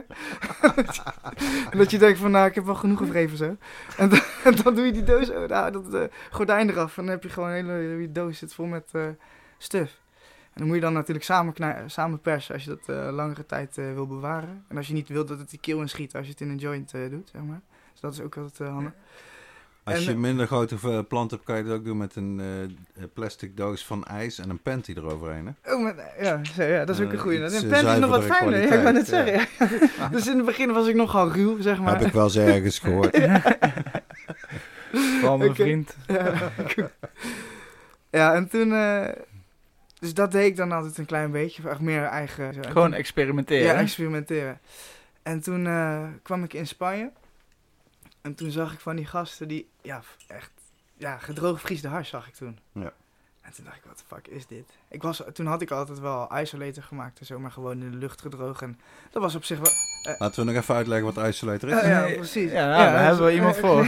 En dat je denkt van, nou, ik heb wel genoeg gewreven zo. En dan, en dan doe je die doos, oh, nou, dat uh, gordijn eraf en dan heb je gewoon een hele die doos zit vol met uh, stuf. En dan moet je dan natuurlijk samen, knij- samen persen als je dat uh, langere tijd uh, wil bewaren. En als je niet wilt dat het die keel inschiet als je het in een joint uh, doet, zeg maar. Dus dat is ook altijd uh, handig. Als En, je uh, minder grote uh, plant hebt, kan je het ook doen met een uh, plastic doos van ijs en een panty eroverheen. Hè? Oh, maar, ja, zo, ja, dat is ook een Uh, goeie. iets, Een uh, pen is nog wat zuiverdere fijner, ja, ik wou net kwaliteit, zeggen. Ja. Dus in het begin was ik nogal ruw, zeg maar. Heb ik wel eens ergens gehoord. Van mijn Oké. vriend. Ja, ja, en toen... Uh, dus dat deed ik dan altijd een klein beetje, echt meer eigen... Zo. En Gewoon toen- experimenteren. Ja, hè? experimenteren. En toen uh, kwam ik in Spanje. En toen zag ik van die gasten die, ja, echt, ja, gedroogvriesde hars zag ik toen. Ja. En toen dacht ik, wat de fuck is dit? Ik was, toen had ik altijd wel isolator gemaakt en zo, maar gewoon in de lucht gedroogd. En dat was op zich wel... Laten we nog even uitleggen wat isolator is. Uh, ja, Nee, precies. ja, nou, daar hebben we iemand voor.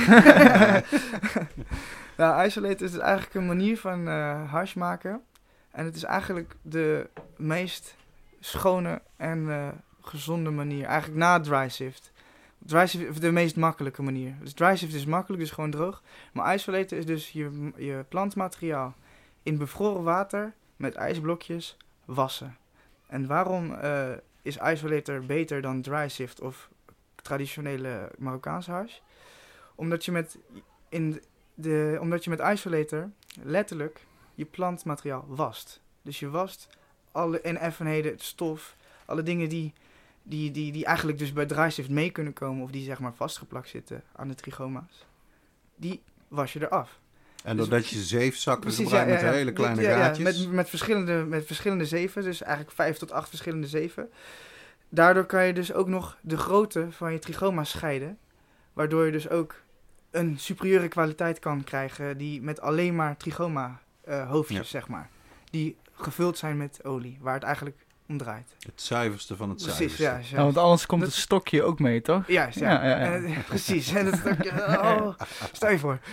Nou, isolator is dus eigenlijk een manier van uh, hash maken. En het is eigenlijk de meest schone en uh, gezonde manier. Eigenlijk na dry sift. Dry sift is de meest makkelijke manier. Dus dry sift is makkelijk, dus gewoon droog. Maar isolator is dus je, je plantmateriaal in bevroren water met ijsblokjes wassen. En waarom uh, is isolator beter dan dry sift of traditionele Marokkaanse hash? Omdat je met, in de, omdat je met isolator letterlijk je plantmateriaal wast. Dus je wast alle ineffenheden, het stof, alle dingen die, die, die, die eigenlijk dus bij draaistift mee kunnen komen, of die zeg maar vastgeplakt zitten aan de trigoma's, die was je eraf. En Dus- doordat je zeefzakken Precies, gebruikt ja, met ja, ja. hele kleine Ja, ja, gaatjes. met, met, verschillende, met verschillende zeven, dus eigenlijk vijf tot acht verschillende zeven. Daardoor kan je dus ook nog de grootte van je trigoma scheiden, waardoor je dus ook een superieure kwaliteit kan krijgen die met alleen maar trigoma eh, hoofdjes, Ja. zeg maar, die gevuld zijn met olie, waar het eigenlijk om draait. Het zuiverste van het Precies, zuiverste. ja. Ja, want anders komt Dat- het stokje ook mee, toch? Juist, ja. Ja, ja, ja. En het- precies. En dat stukje, oh, stel je voor.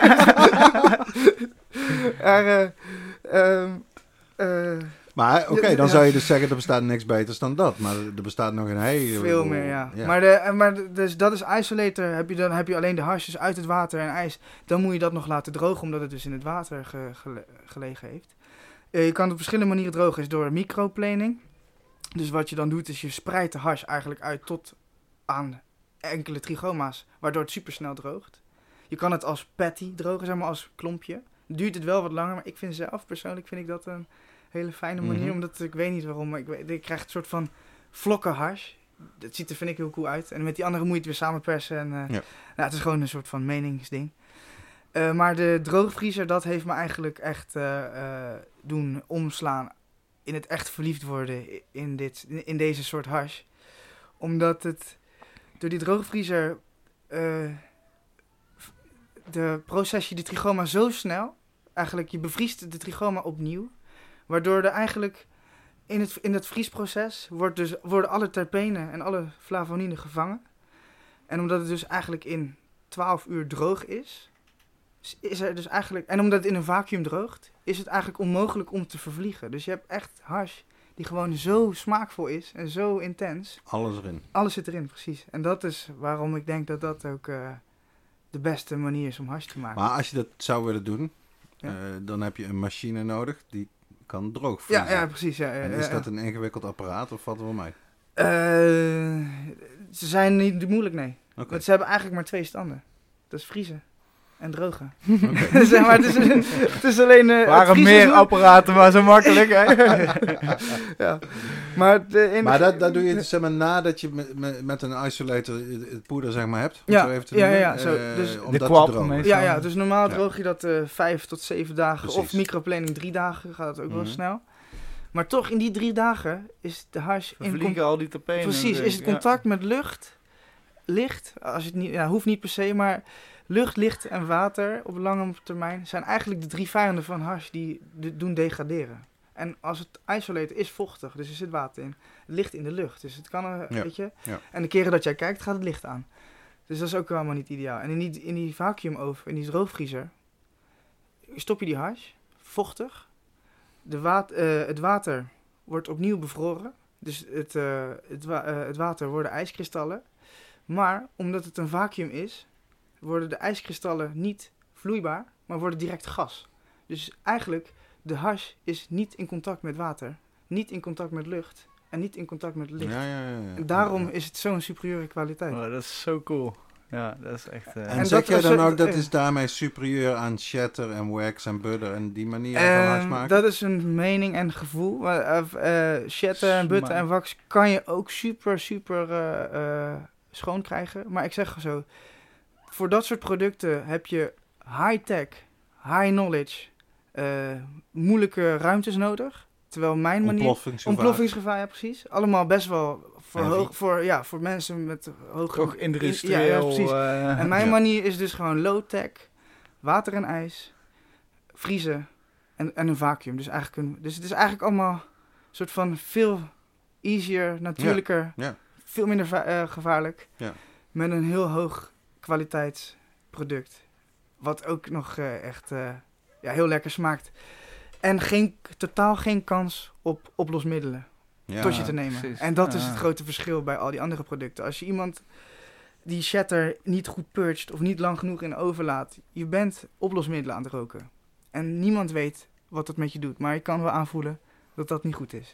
maar, eh, ehm, eh, Maar oké, Ja, dan ja. zou je dus zeggen, er bestaat niks beters dan dat. Maar er bestaat nog een hele... veel meer, ja. Maar, de, en- maar de- dus dat is isolator. Heb je, dan heb je alleen de hasjes uit het water en ijs. Dan moet je dat nog laten drogen, omdat het dus in het water ge- gele- gelegen heeft. Eh, je kan het op verschillende manieren drogen. Is door microplaning. Dus wat je dan doet, is je spreidt de hash eigenlijk uit tot aan enkele trigoma's, waardoor het supersnel droogt. Je kan het als patty drogen, zeg maar als klompje. Duurt het wel wat langer, maar ik vind zelf persoonlijk vind ik dat een hele fijne manier. Mhm. Omdat ik weet niet waarom, maar ik, weet, ik krijg een soort van vlokken hash. Dat ziet er, vind ik, heel cool uit. En met die andere moet je het weer samenpersen. En, uh, Ja. nou, het is gewoon een soort van meningsding. Uh, maar de droogvriezer, dat heeft me eigenlijk echt uh, uh, doen omslaan in het echt verliefd worden in, dit, in deze soort hash. Omdat het door die droogvriezer uh, de proces je de trigoma zo snel, eigenlijk je bevriest de trigoma opnieuw, waardoor er eigenlijk in het, in het vriesproces wordt dus, worden alle terpenen en alle flavonine gevangen. En omdat het dus eigenlijk in twaalf uur droog is, is er dus eigenlijk, en omdat het in een vacuüm droogt, is het eigenlijk onmogelijk om te vervliegen. Dus je hebt echt hash die gewoon zo smaakvol is en zo intens. Alles erin. Alles zit erin, precies. En dat is waarom ik denk dat dat ook uh, de beste manier is om hash te maken. Maar als je dat zou willen doen, Ja. uh, dan heb je een machine nodig die kan droogvriezen. Ja, ja, precies. Ja, ja, en is ja, dat ja. een ingewikkeld apparaat of valt er wel mee? Uh, ze zijn niet moeilijk, nee. Okay. Want ze hebben eigenlijk maar twee standen. Dat is vriezen en drogen. Okay. zeg maar, het, is, het is alleen... Uh, Er waren meer is... apparaten, maar zo makkelijk, hè? ja. Maar, de, in maar dat, dat doe je dus, zeg maar, nadat je met, met, met een isolator het poeder zeg maar hebt? Ja, zo even te ja, noemen, ja, ja, zo, uh, dus om de dat kwap te drogen. meestal. Ja, ja, dus normaal Ja. droog je dat uh, vijf tot zeven dagen. Precies. Of microplaning drie dagen, gaat het ook Mhm. wel snel. Maar toch, in die drie dagen is de hash... in Vliegen con- al die terpenen. Precies, is het contact met lucht, licht, als je het niet, ja, hoeft niet per se, maar lucht, licht en water op lange termijn zijn eigenlijk de drie vijanden van hash die de, doen degraderen. En als het isolator is vochtig, dus er zit water in, het ligt in de lucht, dus het kan, er, Ja, weet je. ja. En de keren dat jij kijkt, gaat het licht aan. Dus dat is ook helemaal niet ideaal. En in die, in die vacuumoven, in die droogvriezer, stop je die hash, vochtig, de waat, uh, het water wordt opnieuw bevroren. Dus het, uh, het, wa- uh, het water worden ijskristallen. Maar omdat het een vacuüm is, worden de ijskristallen niet vloeibaar, maar worden direct gas. Dus eigenlijk, de hash is niet in contact met water, niet in contact met lucht en niet in contact met licht. Ja, ja, ja, ja. En daarom is het zo'n superieure kwaliteit. Oh, dat is zo cool. Ja, dat is echt... Uh... En, En zeg dat jij was dan het- ook dat eh. is daarmee superieur aan shatter en wax en butter en die manier van hash Ehm, maken? dat is een mening en gevoel. Uh, uh, shatter en butter Smaak. en wax kan je ook super, super uh, uh, schoon krijgen. Maar ik zeg zo, voor dat soort producten heb je high-tech, high knowledge, uh, moeilijke ruimtes nodig. Terwijl mijn manier... Ontploffingsgevaar. Ontploffingsgevaar, ja precies. Allemaal best wel voor, Heavy. hoog, voor, ja, voor mensen met hoge... Toch industrieel. Ja, ja, precies. uh, En mijn Ja. manier is dus gewoon low-tech, water en ijs, vriezen en, en een vacuüm. Dus, eigenlijk een, dus het is eigenlijk allemaal een soort van veel easier, natuurlijker, Ja. veel minder va- uh, gevaarlijk. Ja. Met een heel hoog kwaliteitsproduct. Wat ook nog uh, echt uh, ja, heel lekker smaakt. En geen, totaal geen kans op oplosmiddelen Ja. tot je te nemen. precies. En dat is Ja. het grote verschil bij al die andere producten. Als je iemand die shatter niet goed purgt of niet lang genoeg in de oven laat, je bent oplosmiddelen aan het roken. En niemand weet wat dat met je doet, maar je kan wel aanvoelen dat dat niet goed is.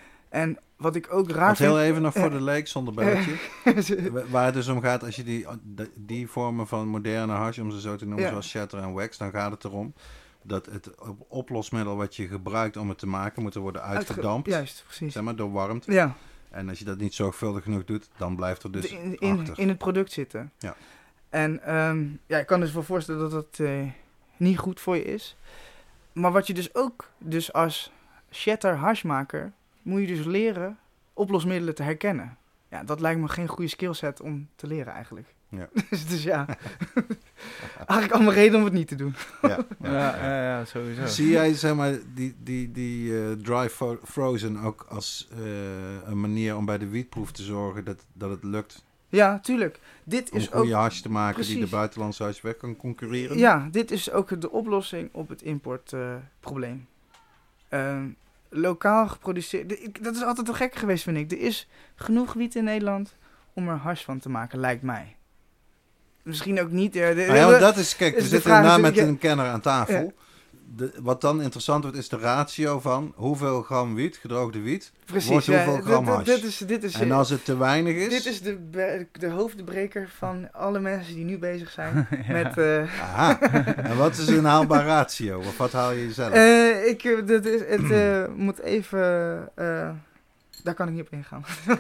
En wat ik ook raar Want heel vind... even nog voor de leek zonder belletje. Wa- Waar het dus om gaat, als je die, die vormen van moderne hash, om ze zo te noemen, Ja. zoals shatter en wax, dan gaat het erom dat het oplosmiddel wat je gebruikt om het te maken moet er worden uitgedampt. Uitge- Juist, precies. Zeg maar, door warmte. Ja. En als je dat niet zorgvuldig genoeg doet, dan blijft er dus in, in, achter. in het product zitten. Ja. En um, ja, ik kan dus wel voorstellen dat dat uh, niet goed voor je is. Maar wat je dus ook, dus als shatter hashmaker, moet je dus leren oplosmiddelen te herkennen. Ja, dat lijkt me geen goede skillset om te leren eigenlijk. Ja. dus, dus ja, eigenlijk allemaal reden om het niet te doen. ja, ja, Ja, ja. ja, ja, sowieso. Zie jij zeg maar die, die, die uh, dry fro- frozen ook als uh, een manier om bij de wietproef te zorgen dat, dat het lukt Ja, tuurlijk. Dit om is goede ook, hash te maken precies. die de buitenlandse hash weg kan concurreren? Ja, dit is ook de oplossing op het importprobleem. Uh, um, lokaal geproduceerd. De, ik, dat is altijd te gek geweest, vind ik. Er is genoeg wiet in Nederland om er hash van te maken, lijkt mij. Misschien ook niet. Uh, de, Nou ja, want dat is, kijk, we is de zitten vraag inderdaad met natuurlijk, een kenner aan tafel. Ja. De, wat dan interessant wordt, is de ratio van hoeveel gram wiet, gedroogde wiet, Precies. wordt hoeveel ja, gram dit- hash. dit is, dit is, En als het te weinig is... dit is de, be- de hoofdbreker van alle mensen die nu bezig zijn Ja. met... Uh, Aha. En wat is een haalbaar ratio? Of wat haal je jezelf? uh, ik, uh, dit is, het uh, moet even... Uh, daar kan ik niet op ingaan.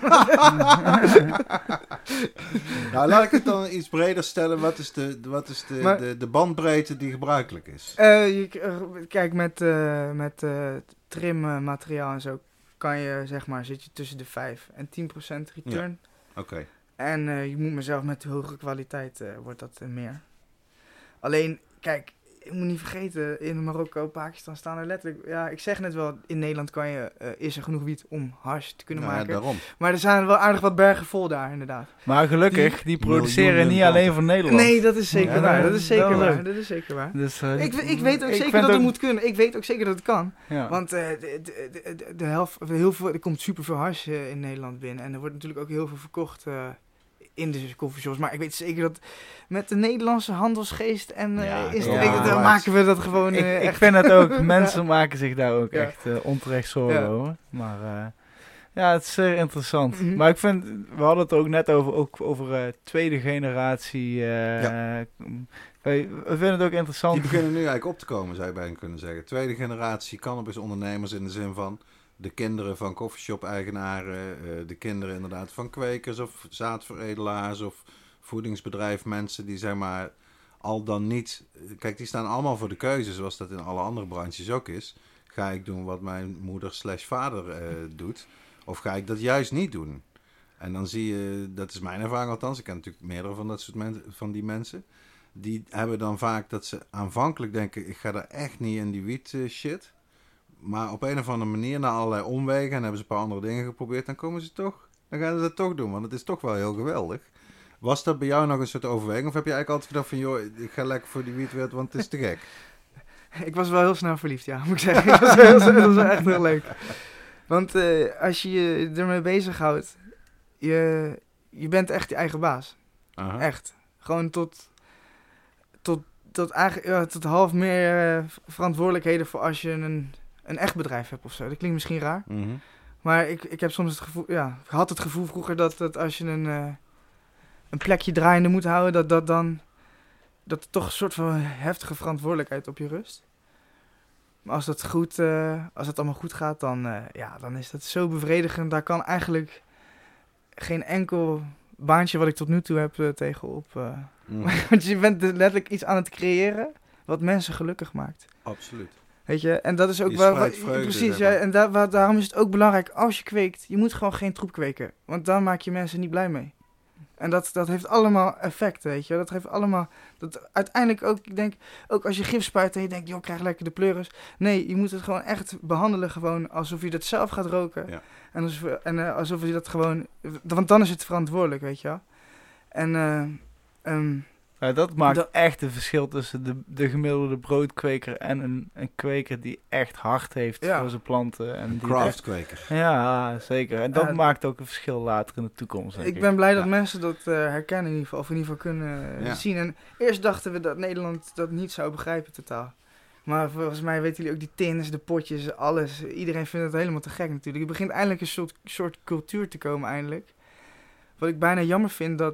Nou, laat ik het dan iets breder stellen. Wat is de, wat is de, Maar- de, de bandbreedte die gebruikelijk is? Uh, je, uh, kijk, met, uh, met uh, trimmateriaal en zo kan je, zeg maar, zit je tussen de vijf en tien procent return. Oké. Okay. En uh, je moet mezelf met de hogere kwaliteit uh, wordt dat uh, meer. Alleen, kijk, je moet niet vergeten, in Marokko, Pakistan staan er letterlijk... Ja, ik zeg net wel, in Nederland kan je, uh, is er genoeg wiet om hash te kunnen Nou ja, maken. daarom. Maar er zijn wel aardig wat bergen vol daar, inderdaad. Maar gelukkig, die produceren miljoenen niet alleen planten. voor Nederland. Nee, dat is zeker Ja, waar. dat Dat is is zeker wel waar. leuk. Dat is zeker waar. Dus, uh, Ik, ik weet ook ik zeker vind dat het ook- moet kunnen. Ik weet ook zeker dat het kan. Ja. Want uh, de, de, de, de, de helft, heel veel, er komt superveel hash uh, in Nederland binnen. En er wordt natuurlijk ook heel veel verkocht uh, in de coffeeshops. Maar ik weet zeker dat met de Nederlandse handelsgeest en uh, Ja, is, ja, ik, dan right. maken we dat gewoon uh, ik, ik echt. vind het ook, mensen maken zich daar ook Ja. echt uh, onterecht zorgen Ja. over. Maar uh, ja, het is zeer interessant. Mhm. Maar ik vind, we hadden het ook net over, ook over uh, tweede generatie. Uh, Ja. wij, we vinden het ook interessant. Die beginnen nu eigenlijk op te komen, zou je bijna kunnen zeggen. Tweede generatie cannabisondernemers in de zin van de kinderen van coffeeshop-eigenaren, uh, de kinderen inderdaad van kwekers of zaadveredelaars of voedingsbedrijf mensen die zeg maar al dan niet... Kijk, die staan allemaal voor de keuze, zoals dat in alle andere branches ook is. Ga ik doen wat mijn moeder slash vader uh, doet? Of ga ik dat juist niet doen? En dan zie je, dat is mijn ervaring althans, ik ken natuurlijk meerdere van dat soort men, van die mensen. Die hebben dan vaak dat ze aanvankelijk denken, ik ga daar echt niet in die wiet uh, shit. Maar op een of andere manier, na allerlei omwegen, en hebben ze een paar andere dingen geprobeerd, dan komen ze toch, dan gaan ze het toch doen, want het is toch wel heel geweldig. Was dat bij jou nog een soort overweging? Of heb je eigenlijk altijd gedacht van, joh, ik ga lekker voor die wietwereld, want het is te gek? Ik was wel heel snel verliefd, ja, moet ik zeggen. Dat was, heel, dat was wel echt heel leuk. Want uh, als je je ermee bezighoudt, je, je bent echt je eigen baas. Aha. Echt. Gewoon tot, tot, tot, eigenlijk, ja, tot half meer uh, verantwoordelijkheden voor als je een, een echt bedrijf hebt of zo. Dat klinkt misschien raar. Mm-hmm. Maar ik, ik heb soms het gevoel, ja, ik had het gevoel vroeger dat, dat als je een, uh, een plekje draaiende moet houden, dat dat dan, dat er toch een soort van heftige verantwoordelijkheid op je rust. Maar als dat goed, uh, als het allemaal goed gaat, dan, uh, ja, dan is dat zo bevredigend. Daar kan eigenlijk geen enkel baantje wat ik tot nu toe heb uh, tegenop. Uh, Mm. Want je bent letterlijk iets aan het creëren wat mensen gelukkig maakt. Absoluut. Weet je, en dat is ook Je wel... spreidt wa- vreugde, precies, zeg ja, maar. en daar, waar, daarom is het ook belangrijk, als je kweekt, je moet gewoon geen troep kweken. Want daar maak je mensen niet blij mee. En dat, dat heeft allemaal effect, weet je. Dat heeft allemaal... Dat uiteindelijk ook, ik denk, ook als je gif spuit en je denkt, joh, ik krijg lekker de pleuris. Nee, je moet het gewoon echt behandelen, gewoon alsof je dat zelf gaat roken. Ja. En, alsof, en uh, alsof je dat gewoon... Want dan is het verantwoordelijk, weet je wel. En... Uh, um, Ja, dat maakt Dat- echt een verschil tussen de, de gemiddelde broodkweker en een, een kweker die echt hart heeft Ja. voor zijn planten. En die het Craftkweker. echt- Ja, zeker. En dat Ja. maakt ook een verschil later in de toekomst. denk Ik ben blij dat Ja. mensen dat uh, herkennen in ieder geval, of in ieder geval kunnen uh, Ja. zien. En eerst dachten we dat Nederland dat niet zou begrijpen totaal. Maar volgens mij weten jullie ook die tins, de potjes, alles. Iedereen vindt het helemaal te gek natuurlijk. Er begint eindelijk een soort, soort cultuur te komen eindelijk. Wat ik bijna jammer vind dat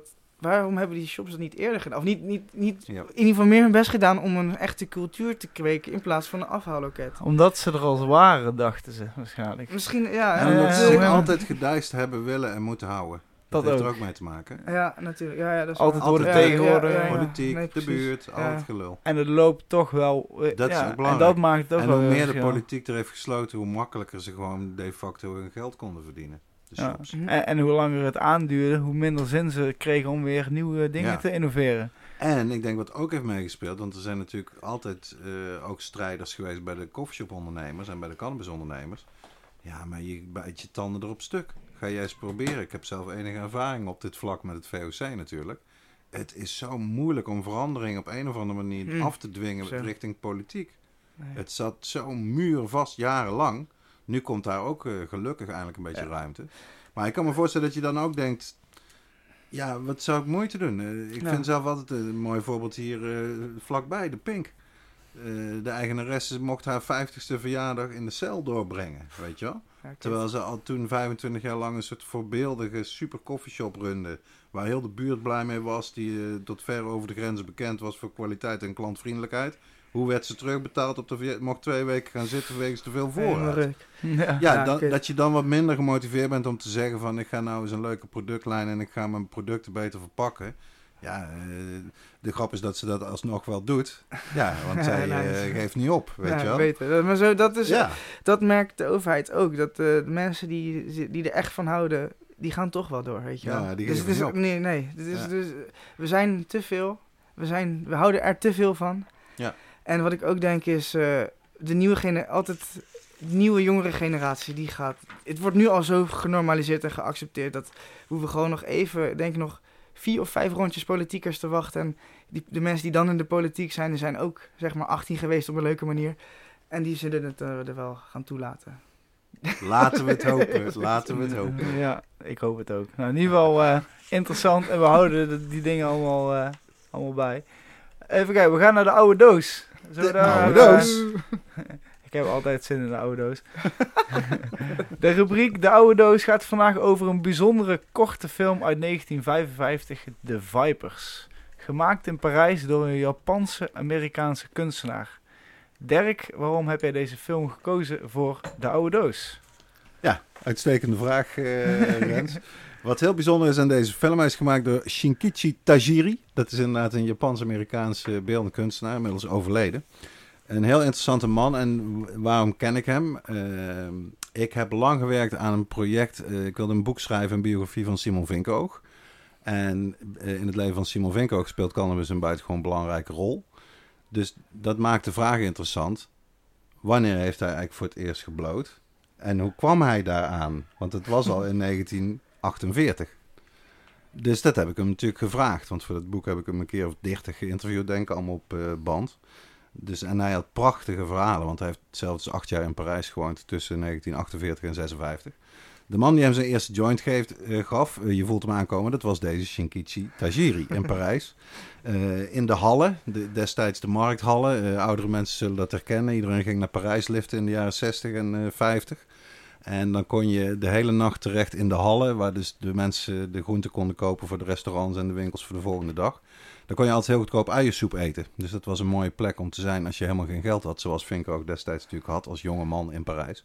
waarom hebben die shops dat niet eerder gedaan? Of niet, niet, niet Ja. in ieder geval meer hun best gedaan om een echte cultuur te kweken in plaats van een afhaalloket. Omdat ze er al waren, dachten ze waarschijnlijk. Misschien, ja. En Eh, omdat ze eh, zich ja. altijd gedijst hebben, willen en moeten houden. Dat, Dat heeft ook. er ook mee te maken. Ja, natuurlijk. Ja, ja, dat is Altijd waar. worden Ja, ja, tegenwoordig. ja, ja, ja. Politiek, Nee, de precies. buurt, al Ja. het gelul. En het loopt toch wel... eh, Dat is ja, ook en belangrijk. dat maakt het ook En wel hoe weer meer de verschil. politiek er heeft gesloten, hoe makkelijker ze gewoon de facto hun geld konden verdienen. De Ja. shops. Mhm. En, en hoe langer het aanduurde, hoe minder zin ze kregen om weer nieuwe dingen Ja. te innoveren. En ik denk wat ook heeft meegespeeld, want er zijn natuurlijk altijd uh, ook strijders geweest bij de coffeeshop-ondernemers en bij de cannabisondernemers. Ja, maar je bijt je tanden erop stuk. Ga jij eens proberen. Ik heb zelf enige ervaring op dit vlak met het V O C natuurlijk. Het is zo moeilijk om verandering op een of andere manier Mm. af te dwingen Zo. richting politiek. Nee. Het zat zo muurvast jarenlang. Nu komt daar ook uh, gelukkig eindelijk een beetje Ja. ruimte. Maar ik kan me voorstellen dat je dan ook denkt... Ja, wat zou ik moeite doen? Uh, ik Ja. vind zelf altijd een mooi voorbeeld hier uh, vlakbij, de Pink. Uh, de eigenaresse mocht haar vijftigste verjaardag in de cel doorbrengen, weet je wel? Ja, kijk. Terwijl ze al toen vijfentwintig jaar lang een soort voorbeeldige super koffieshop runde. Waar heel de buurt blij mee was. Die uh, tot ver over de grenzen bekend was voor kwaliteit en klantvriendelijkheid. Hoe werd ze terugbetaald op de verjaardag? Mocht twee weken gaan zitten wegens te veel Helemaal voorraad. ruk. Ja. Ja, Ja, dan, oké. dat je dan wat minder gemotiveerd bent om te zeggen van... ik ga nou eens een leuke productlijn en ik ga mijn producten beter verpakken. Ja, uh, de grap is dat ze dat alsnog wel doet. Ja, want zij Ja, nice. uh, geeft niet op, weet Ja, je wel. beter. Dat, maar zo, dat, is, Ja. dat merkt de overheid ook. Dat uh, de mensen die, die er echt van houden, die gaan toch wel door, weet je wel. Ja, die dus geven het is, niet op. Nee, nee. Het is, Ja. dus, we zijn te veel. We, zijn, we houden er te veel van. Ja. En wat ik ook denk is, uh, de nieuwe generatie, altijd de nieuwe jongere generatie, die gaat... Het wordt nu al zo genormaliseerd en geaccepteerd dat we hoeven gewoon nog even, denk ik nog... vier of vijf rondjes politiekers te wachten. En die, de mensen die dan in de politiek zijn, die zijn ook zeg maar achttien geweest op een leuke manier. En die zullen het uh, er wel gaan toelaten. Laten we het hopen, laten we het hopen. Ja, ik hoop het ook. Nou, in ieder geval uh, interessant en we houden de, die dingen allemaal, uh, allemaal bij. Even kijken, we gaan naar de oude doos. Zullen we De daar, oude uh, doos? Ik heb altijd zin in de oude doos. De rubriek De Oude Doos gaat vandaag over een bijzondere korte film uit negentien vijfenvijftig, The Vipers. Gemaakt in Parijs door een Japanse-Amerikaanse kunstenaar. Dirk, waarom heb jij deze film gekozen voor De Oude Doos? Ja, uitstekende vraag, uh, Rens. Wat heel bijzonder is aan deze film, hij is gemaakt door Shinkichi Tajiri. Dat is inderdaad een Japans-Amerikaanse beeldende kunstenaar, inmiddels overleden. Een heel interessante man. En waarom ken ik hem? Uh, ik heb lang gewerkt aan een project. Uh, ik wilde een boek schrijven, een biografie van Simon Vinkoog. En uh, in het leven van Simon Vinkoog speelt cannabis een buitengewoon belangrijke rol. Dus dat maakt de vraag interessant. Wanneer heeft hij eigenlijk voor het eerst gebloot? En hoe kwam hij daaraan? Want het was al in negentien achtenveertig. Dus dat heb ik hem natuurlijk gevraagd. Want voor dat boek heb ik hem een keer of dertig geïnterviewd, denk ik, allemaal op uh, band. Dus, en hij had prachtige verhalen, want hij heeft zelfs acht jaar in Parijs gewoond tussen negentien achtenveertig en zesenvijftig. De man die hem zijn eerste joint geeft, uh, gaf, uh, je voelt hem aankomen, dat was deze Shinkichi Tajiri in Parijs. Uh, in de hallen, de, destijds de markthallen. Uh, oudere mensen zullen dat herkennen. Iedereen ging naar Parijs liften in de jaren zestig en uh, vijftig. En dan kon je de hele nacht terecht in de hallen, waar dus de mensen de groenten konden kopen voor de restaurants en de winkels voor de volgende dag. Dan kon je altijd heel goedkoop uiensoep eten. Dus dat was een mooie plek om te zijn als je helemaal geen geld had. Zoals Vinko ook destijds natuurlijk had als jonge man in Parijs.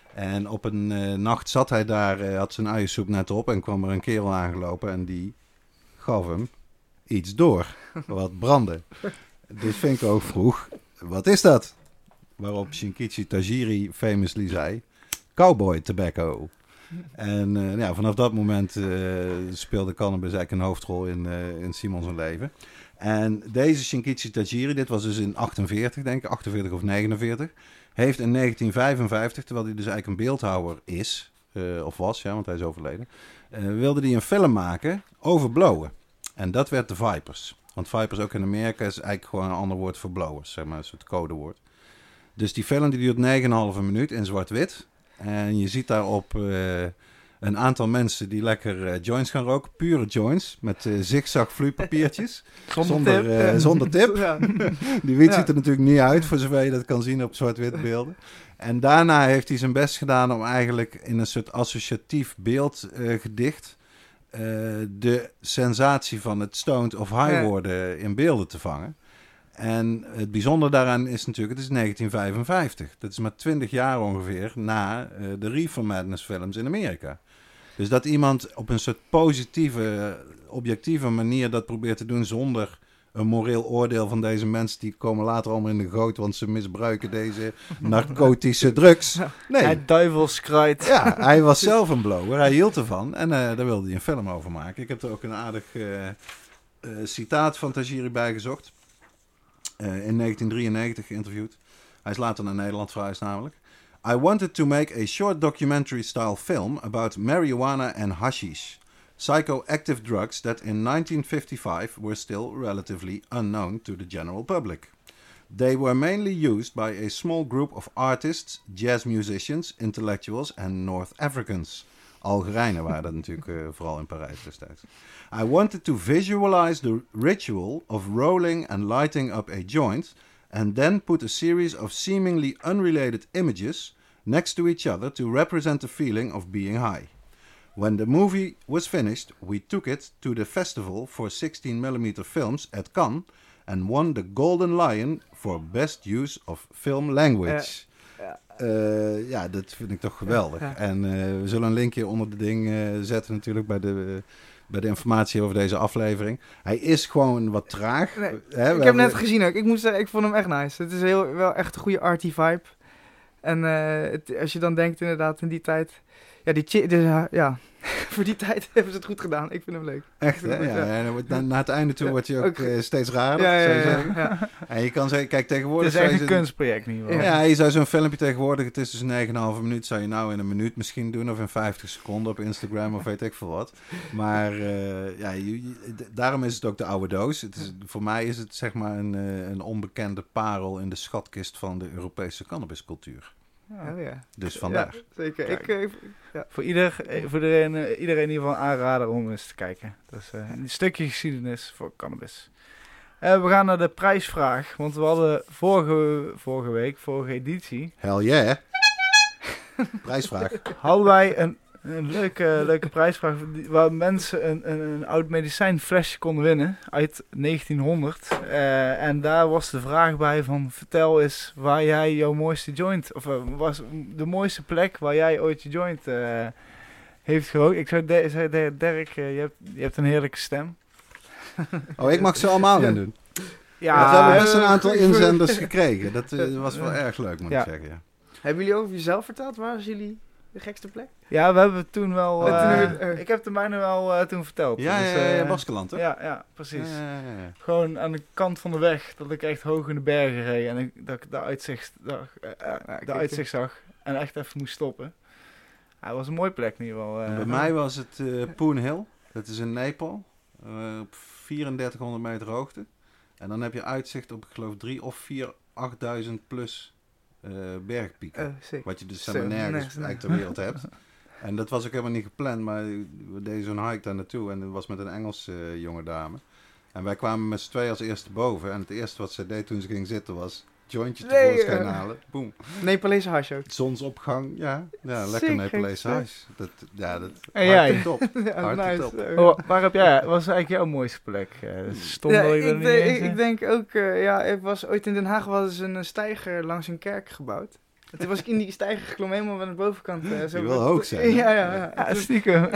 En op een uh, nacht zat hij daar, uh, had zijn uiensoep net op en kwam er een kerel aangelopen en die gaf hem iets door. Wat brandde. Dus Vinko vroeg, wat is dat? Waarop Shinkichi Tajiri famously zei, cowboy tobacco. En uh, ja, vanaf dat moment uh, speelde cannabis eigenlijk een hoofdrol in, uh, in Simons leven. En deze Shinkichi Tajiri, dit was dus in achtenveertig, denk ik, achtenveertig of negenenveertig, heeft in negentien vijfenvijftig, terwijl hij dus eigenlijk een beeldhouwer is, uh, of was, ja, want hij is overleden, uh, wilde hij een film maken over blowen. En dat werd de Vipers. Want Vipers ook in Amerika is eigenlijk gewoon een ander woord voor blowers, zeg maar, een soort codewoord. Dus die film die duurt negen komma vijf minuut in zwart-wit. En je ziet daarop uh, een aantal mensen die lekker uh, joints gaan roken. Pure joints met uh, zigzag vloeipapiertjes. Zonder, zonder tip. Uh, zonder tip. Ja. Die wiet Ja. ziet er natuurlijk niet uit, voor zover je dat kan zien op zwart-wit beelden. En daarna heeft hij zijn best gedaan om eigenlijk in een soort associatief beeld uh, gedicht uh, de sensatie van het stoned of high Ja. worden in beelden te vangen. En het bijzondere daaraan is natuurlijk, het is negentien vijfenvijftig. Dat is maar twintig jaar ongeveer na uh, de Reefer Madness films in Amerika. Dus dat iemand op een soort positieve, objectieve manier dat probeert te doen zonder een moreel oordeel van deze mensen, die komen later allemaal in de goot, want ze misbruiken deze narcotische drugs. Nee. Hij duivelskruid. Ja, hij was zelf een blower, hij hield ervan en uh, daar wilde hij een film over maken. Ik heb er ook een aardig uh, uh, citaat van Tajiri bij gezocht. Uh, in negentien drieënnegentig geïnterviewd. Hij is later naar Nederland verhuisd namelijk. I wanted to make a short documentary-style film about marijuana and hashish, psychoactive drugs that in nineteen fifty-five were still relatively unknown to the general public. They were mainly used by a small group of artists, jazz musicians, intellectuals and North Africans. Algerijnen waren dat natuurlijk uh, vooral in Parijs destijds. I wanted to visualize the ritual of rolling and lighting up a joint and then put a series of seemingly unrelated images next to each other to represent the feeling of being high. When the movie was finished, we took it to the festival for sixteen millimeter films at Cannes and won the Golden Lion for best use of film language. Ja. Uh, ja, dat vind ik toch geweldig. Ja. En uh, we zullen een linkje onder de ding uh, zetten natuurlijk bij de, uh, bij de informatie over deze aflevering. Hij is gewoon wat traag. Nee, Hè, ik we heb hebben- net gezien ook. Ik moet zeggen, ik vond hem echt nice. Het is heel, wel echt een goede arty vibe. En uh, het, als je dan denkt inderdaad in die tijd... Ja, die chi- dus, uh, ja. voor die tijd hebben ze het goed gedaan. Ik vind hem leuk. Echt, hè? Ja. Ja, en dan wordt- na, na het einde toe Ja, word je ook, ook- uh, steeds raarder. Ja, ja, zou je ja, zeggen. ja. En je kan zeggen, kijk, Het tegenwoordig... is zou echt je een ze- kunstproject in ieder geval. Ja, je zou zo'n filmpje tegenwoordig, het is dus negen komma vijf minuut, zou je nou in een minuut misschien doen of in vijftig seconden op Instagram of weet ik veel wat. Maar uh, ja, je, je- d- daarom is het ook de oude doos. Het is, voor mij is het zeg maar een, uh, een onbekende parel in de schatkist van de Europese cannabiscultuur. Ja. Oh, ja. Dus vandaar. Ja, zeker. Kijk. Ik, uh, ik- ja. Voor, ieder, eh, voor iedereen, eh, iedereen in ieder geval een aanrader om eens te kijken. Dus uh, een stukje geschiedenis voor cannabis. Uh, we gaan naar de prijsvraag. Want we hadden vorige, vorige week, vorige editie, Hell yeah. Prijsvraag. hadden wij een, een leuke, leuke prijsvraag die- waar mensen een, een, een oud medicijnflesje konden winnen uit negentienhonderd. Uh, en daar was de vraag bij van vertel eens waar jij jouw mooiste joint, of uh, was de mooiste plek waar jij ooit je joint uh, heeft gerookt. Ik zou de, zei de- Dirk, uh, je, hebt, je hebt een heerlijke stem. Oh, ik mag ze allemaal gaan doen. Ja, we hebben eh, best een aantal goed. inzenders gekregen. Dat uh, was wel erg leuk, moet Ja. ik zeggen. Ja. Hebben jullie over jezelf verteld? Waar is jullie de gekste plek? ja, we hebben toen wel... Oh, toen uh, hebben we- uh. ik heb het bijna wel uh, toen verteld. Ja, Dus, ja, ja, uh, Baskeland, toch? ja, ja, precies. Ja, ja, ja, ja. Gewoon aan de kant van de weg, dat ik echt hoog in de bergen reed en ik, dat ik de uitzicht, zag, eh, eh, Ja, de kijk, uitzicht zag en echt even moest stoppen. Ja, het was een mooie plek in ieder geval. eh. Bij mij was het uh, Poon Hill. Dat is in Nepal. Uh, op vierendertighonderd meter hoogte. En dan heb je uitzicht op, ik geloof, drie of vier, achtduizend plus uh, bergpieken. Uh, sick. Wat je dus Zo, zeg maar nergens nergens, nee. eigenlijk ter wereld hebt. En dat was ook helemaal niet gepland, maar we deden zo'n hike daar naartoe. En dat was met een Engelse uh, jonge dame. En wij kwamen met z'n twee als eerste boven. En het eerste wat zij deed toen ze ging zitten was jointje Nee, tevoorschijn uh. halen. Boom. Nepalese hash ook. Zonsopgang, ja. Ja, lekker Sick, Nepalese gek. huis. Dat, ja, dat En jij? hartstikke top. Ja, Hartstikke nice. top. Uh, Oh, waar heb jij, wat was eigenlijk jouw mooiste plek? Uh, stom ja, dat je ik, dat niet de- eens, ik, eh, ik denk ook, uh, ja, ik was ooit in Den Haag was een uh, stijger langs een kerk gebouwd. En toen was ik in die stijger geklommen, helemaal aan de bovenkant. Uh, zo Die wil hoog zijn, hè? Ja, ja, ja. Ja, stiekem.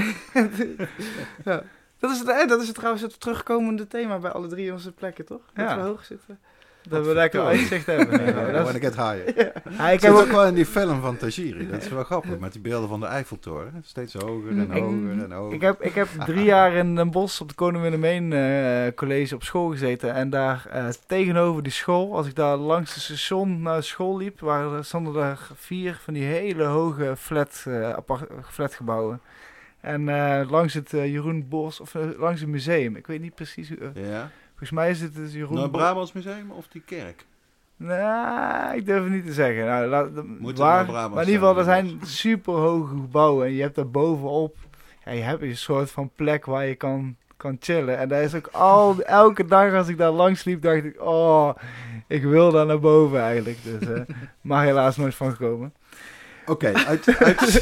Ja. Dat is, het, eh, dat is het trouwens het terugkomende thema bij alle drie onze plekken, toch? Dat Ja. we hoog zitten. Dat we lekker uitzicht hebben. Ja, Dat when is- I get higher. Ja. Ja, ik Ik heb heb ook ook wel in die film van Tajiri. Dat is wel grappig. Met die beelden van de Eiffeltoren. Steeds hoger en Ik- hoger en hoger. Ik heb, ik heb drie jaar in Den Bosch op de Koning Willemijn eh college op school gezeten. En daar eh, tegenover die school, als ik daar langs het station naar school liep, waren er, stonden er vier van die hele hoge flat, eh, apart, flatgebouwen. En eh, langs het eh, Jeroen Bos, of eh, langs het museum, ik weet niet precies, hoe- eh, Ja. volgens mij is het het Jeroen Bos. Noord-Brabants Museum of die kerk? Nou, ik durf het niet te zeggen. Nou, laat, de- Moet het waar, Noord-Brabant maar in ieder geval, er zijn, zijn super hoge gebouwen. En je hebt daar bovenop, ja, je hebt een soort van plek waar je kan, kan chillen. En daar is ook al, elke dag als ik daar langs liep, dacht ik, oh, ik wil daar naar boven eigenlijk. Dus, eh maar helaas nooit van gekomen. Oké, uit, uit,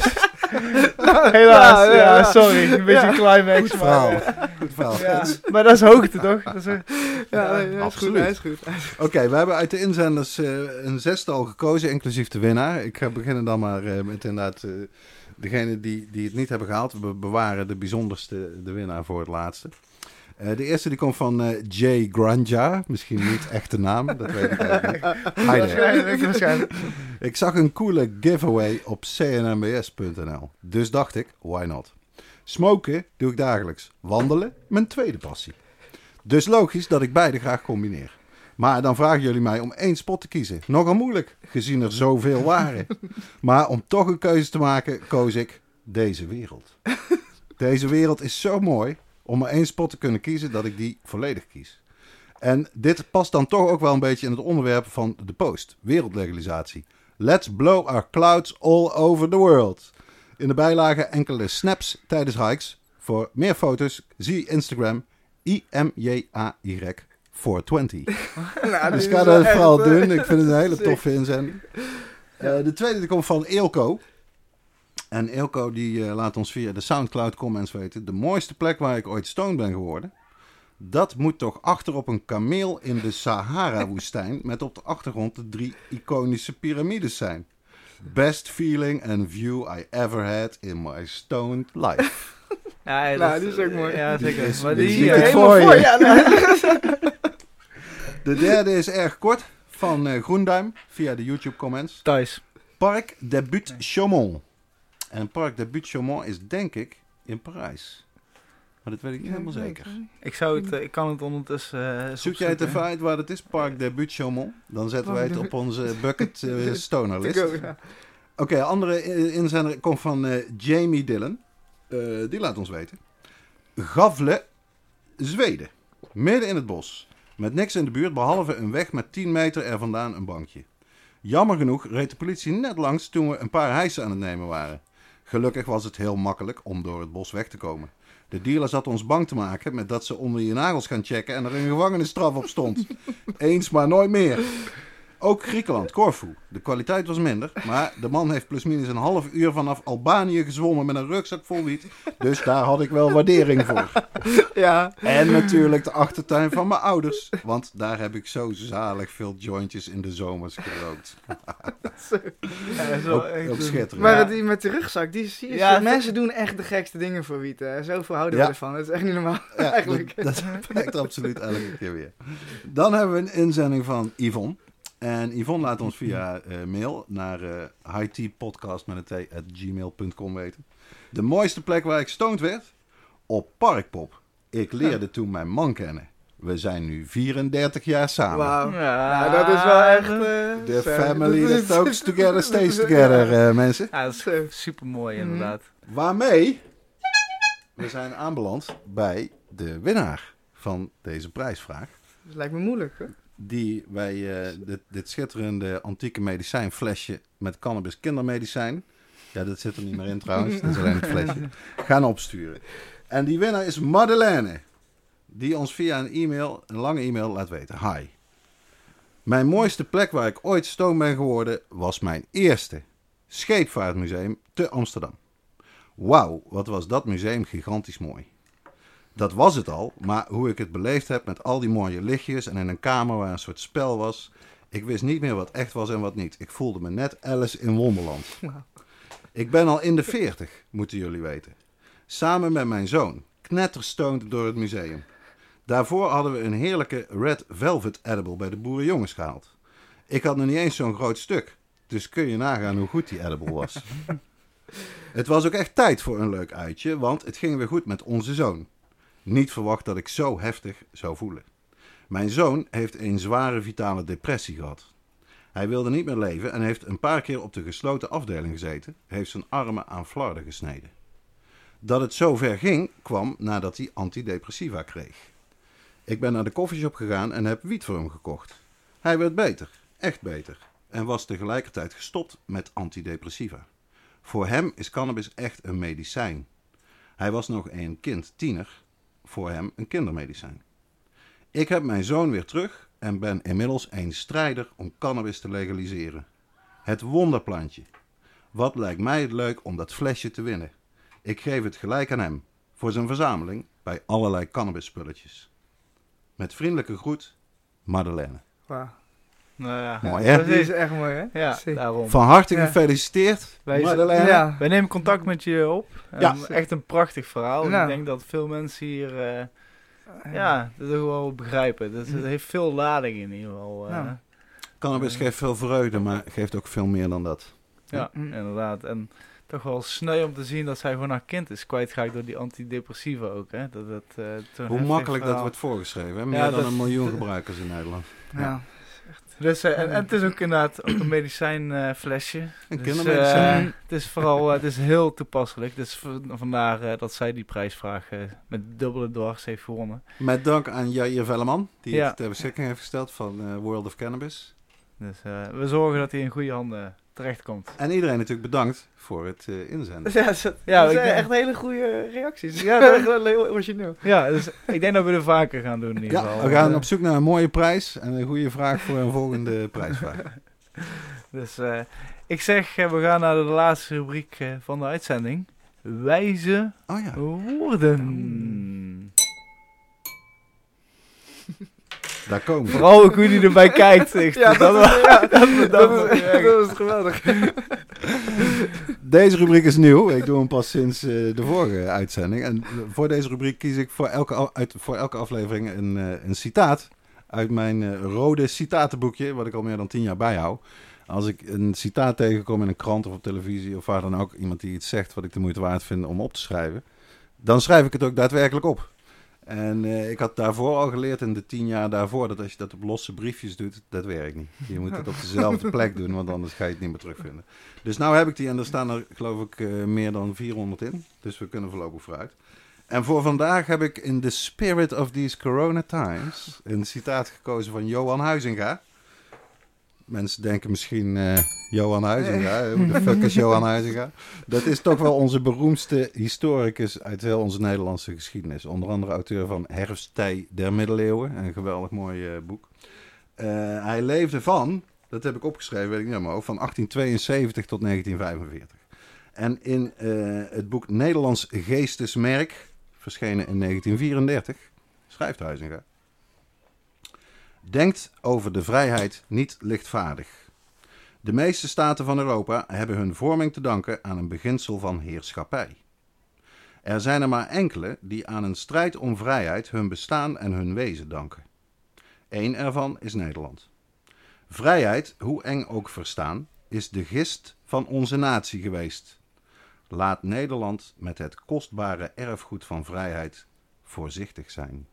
Helaas, Ja, ja, ja, ja. sorry. Een beetje Ja. climax. Goed verhaal. Maar, Goed verhaal. ja, maar dat is hoogte, toch? Dat is, Ja, nee, hij is absoluut. goed, hij is goed. Oké, we hebben uit de inzenders uh, een zestal gekozen, inclusief de winnaar. Ik ga beginnen dan maar uh, met inderdaad uh, degene die, die het niet hebben gehaald. We bewaren de bijzonderste, de winnaar, voor het laatste. Uh, de eerste die komt van uh, Jay Granja. Misschien niet echte naam, dat weet ik eigenlijk niet. Hi there. waarschijnlijk, waarschijnlijk. Ik zag een coole giveaway op c n m b s punt n l. Dus dacht ik, why not? Smoken doe ik dagelijks. Wandelen, mijn tweede passie. Dus logisch dat ik beide graag combineer. Maar dan vragen jullie mij om één spot te kiezen. Nogal moeilijk, gezien er zoveel waren. Maar om toch een keuze te maken, koos ik deze wereld. Deze wereld is zo mooi om maar één spot te kunnen kiezen dat ik die volledig kies. En dit past dan toch ook wel een beetje in het onderwerp van de post. Wereldlegalisatie. Let's blow our clouds all over the world. In de bijlage enkele snaps tijdens hikes. Voor meer foto's zie Instagram I M J A Y vierhonderdtwintig. Nou, Dus dit ga is dat wel vooral echt, uh, doen. Ik vind het een hele sick. toffe inzending. Uh, de tweede die komt van Eelco. En Eelco die uh, laat ons via de Soundcloud comments weten. De mooiste plek waar ik ooit stoned ben geworden. Dat moet toch achter op een kameel in de Sahara-woestijn. Met op de achtergrond de drie iconische piramides zijn. Best feeling and view I ever had in my stoned life. Ja, ja, Nou, dat- die is ook mooi. Ja, zeker. is- maar die die, zie ik eh, het helemaal voor je. Ja, nee. De derde is erg kort. Van uh, Groenduim via de YouTube comments. Thijs. Parc des Buttes Chaumont. En Parc des Buttes Chaumont is denk ik in Parijs. Maar dat weet ik niet helemaal zeker. Ik, zou het, eh, ik kan het ondertussen... eh, Zoek jij het opzoeken. even uit waar het is? Parc des Buttes Chaumont. Dan zetten wij het op onze bucket uh, stoner To list. go, Oké, ja. okay, andere uh, inzender komt van uh, Jamie Dillon. Uh, die laat ons weten. Gavle, Zweden. Midden in het bos. Met niks in de buurt behalve een weg met tien meter er vandaan een bankje. Jammer genoeg reed de politie net langs toen we een paar hijsen aan het nemen waren. Gelukkig was het heel makkelijk om door het bos weg te komen. De dealer zat ons bang te maken met dat ze onder je nagels gaan checken en er een gevangenisstraf op stond. Eens maar nooit meer. Ook Griekenland, Corfu. De kwaliteit was minder, maar de man heeft plusminus een half uur vanaf Albanië gezwommen met een rugzak vol wiet. Dus daar had ik wel waardering voor. Ja. En natuurlijk de achtertuin van mijn ouders, want daar heb ik zo zalig veel jointjes in de zomers gerookt. Ja, dat is wel Ook, echt ook een- schitterend. Maar Ja. die met de rugzak, die zie je. Ja, mensen doen echt de gekste dingen voor wiet. Hè. Zoveel houden Ja. we ervan. Dat is echt niet normaal. Ja, eigenlijk. Dat, dat werkt absoluut elke keer weer. Dan hebben we een inzending van Yvonne. En Yvonne laat ons via uh, mail naar uh, hightpodcast met een t at gmail punt com weten. De mooiste plek waar ik stoned werd? Op Parkpop. Ik leerde toen mijn man kennen. We zijn nu vierendertig jaar samen. Wauw. Ja, Ja, dat is wel echt... eh, The zo. family Dat that is- talks together stays together, uh, mensen. Ja, dat is super mooi Mhm. inderdaad. Waarmee we zijn aanbeland bij de winnaar van deze prijsvraag. Dat lijkt me moeilijk, hè? Die wij uh, dit, dit schitterende antieke medicijnflesje met cannabis kindermedicijn. Ja, dat zit er niet meer in trouwens. Dat is alleen het flesje. Gaan opsturen. En die winnaar is Madeleine. Die ons via een e-mail, een lange e-mail laat weten. Hi. Mijn mooiste plek waar ik ooit stoned ben geworden was mijn eerste scheepvaartmuseum te Amsterdam. Wauw, wat was dat museum gigantisch mooi. Dat was het al, maar hoe ik het beleefd heb met al die mooie lichtjes en in een kamer waar een soort spel was. Ik wist niet meer wat echt was en wat niet. Ik voelde me net Alice in Wonderland. Ik ben al in de veertig, moeten jullie weten. Samen met mijn zoon, knetterstoned door het museum. Daarvoor hadden we een heerlijke Red Velvet edible bij de boerenjongens gehaald. Ik had nog niet eens zo'n groot stuk, dus kun je nagaan hoe goed die edible was. Het was ook echt tijd voor een leuk uitje, want het ging weer goed met onze zoon. Niet verwacht dat ik zo heftig zou voelen. Mijn zoon heeft een zware vitale depressie gehad. Hij wilde niet meer leven en heeft een paar keer op de gesloten afdeling gezeten, heeft zijn armen aan flarden gesneden. Dat het zo ver ging, kwam nadat hij antidepressiva kreeg. Ik ben naar de koffieshop gegaan en heb wiet voor hem gekocht. Hij werd beter, echt beter, en was tegelijkertijd gestopt met antidepressiva. Voor hem is cannabis echt een medicijn. Hij was nog een kind, tiener, voor hem een kindermedicijn. Ik heb mijn zoon weer terug en ben inmiddels een strijder om cannabis te legaliseren. Het wonderplantje. Wat lijkt mij het leuk om dat flesje te winnen? Ik geef het gelijk aan hem. Voor zijn verzameling bij allerlei cannabisspulletjes. Met vriendelijke groet, Madeleine. Wauw. Nou ja. Mooi, hè? Dat is echt mooi, hè? Ja, Zeker. daarom. Van harte Ja. gefeliciteerd, Wij- Madeleine. Ja. Wij nemen contact met je op. Ja. Um, echt een prachtig verhaal. Ja. Ik denk dat veel mensen hier uh, ja, dat ook wel begrijpen. Dus het heeft veel lading in ieder geval. Uh, Ja. Cannabis geeft veel vreugde, maar geeft ook veel meer dan dat. Ja, Mm. inderdaad. En toch wel sneu om te zien dat zij gewoon haar kind is kwijtgeraakt door die antidepressiva ook. Hè? Dat, dat, uh, zo'n Hoe heftig makkelijk dat verhaal. wordt voorgeschreven. Hè? Meer Ja, dan dat- een miljoen gebruikers in Nederland. Ja. Dus, uh, en, en het is ook inderdaad ook een medicijnflesje. Uh, Een dus, kindermedicijn. uh, het is vooral uh, het is heel toepasselijk. Dus v- vandaar uh, dat zij die prijsvraag uh, met dubbele dwars heeft gewonnen. Met dank aan Jair Velleman, die Ja. het ter beschikking heeft gesteld van uh, World of Cannabis. Dus uh, we zorgen dat hij in goede handen terechtkomt. En iedereen natuurlijk bedankt voor het uh, inzenden. Ja, dat, Ja, dat ik zijn denk- echt hele goede reacties. Ja, Ja, dat- echt wel heel origineel. Ja, dus ik denk dat we er vaker gaan doen in ieder Ja, geval. we gaan Uh, op zoek naar een mooie prijs en een goede vraag voor een volgende prijsvraag. Dus uh, ik zeg, uh, we gaan naar de laatste rubriek uh, van de uitzending. Wijze Oh ja. woorden. Daar komen we. Vooral ook hoe die erbij kijkt. Ik, Ja, dat, dat, is, ja, dat, dat- is, dat is geweldig. Deze rubriek is nieuw. Ik doe hem pas sinds uh, de vorige uitzending. En uh, voor deze rubriek kies ik voor elke, a- uit, voor elke aflevering een, uh, een citaat uit mijn uh, rode citatenboekje, wat ik al meer dan tien jaar bijhoud. Als ik een citaat tegenkom in een krant of op televisie of waar dan ook, iemand die iets zegt wat ik de moeite waard vind om op te schrijven, dan schrijf ik het ook daadwerkelijk op. En uh, ik had daarvoor al geleerd in de tien jaar daarvoor dat als je dat op losse briefjes doet, dat werkt niet. Je moet het op dezelfde plek doen, want anders ga je het niet meer terugvinden. Dus nou heb ik die en er staan er geloof ik uh, meer dan vierhonderd in. Dus we kunnen voorlopig vooruit. En voor vandaag heb ik in the spirit of these corona times een citaat gekozen van Johan Huizinga. Mensen denken misschien uh, Johan Huizinga. Hoe de fuck is Johan Huizinga? Dat is toch wel onze beroemdste historicus uit heel onze Nederlandse geschiedenis. Onder andere auteur van Herfsttij der Middeleeuwen. Een geweldig mooi uh, boek. Uh, hij leefde van, dat heb ik opgeschreven, weet ik niet helemaal, van achttien tweeënzeventig tot negentien vijfenveertig. En in uh, het boek Nederlands Geestesmerk, verschenen in negentien vierendertig, schrijft Huizinga: denkt over de vrijheid niet lichtvaardig. De meeste staten van Europa hebben hun vorming te danken aan een beginsel van heerschappij. Er zijn er maar enkele die aan een strijd om vrijheid hun bestaan en hun wezen danken. Eén ervan is Nederland. Vrijheid, hoe eng ook verstaan, is de gist van onze natie geweest. Laat Nederland met het kostbare erfgoed van vrijheid voorzichtig zijn.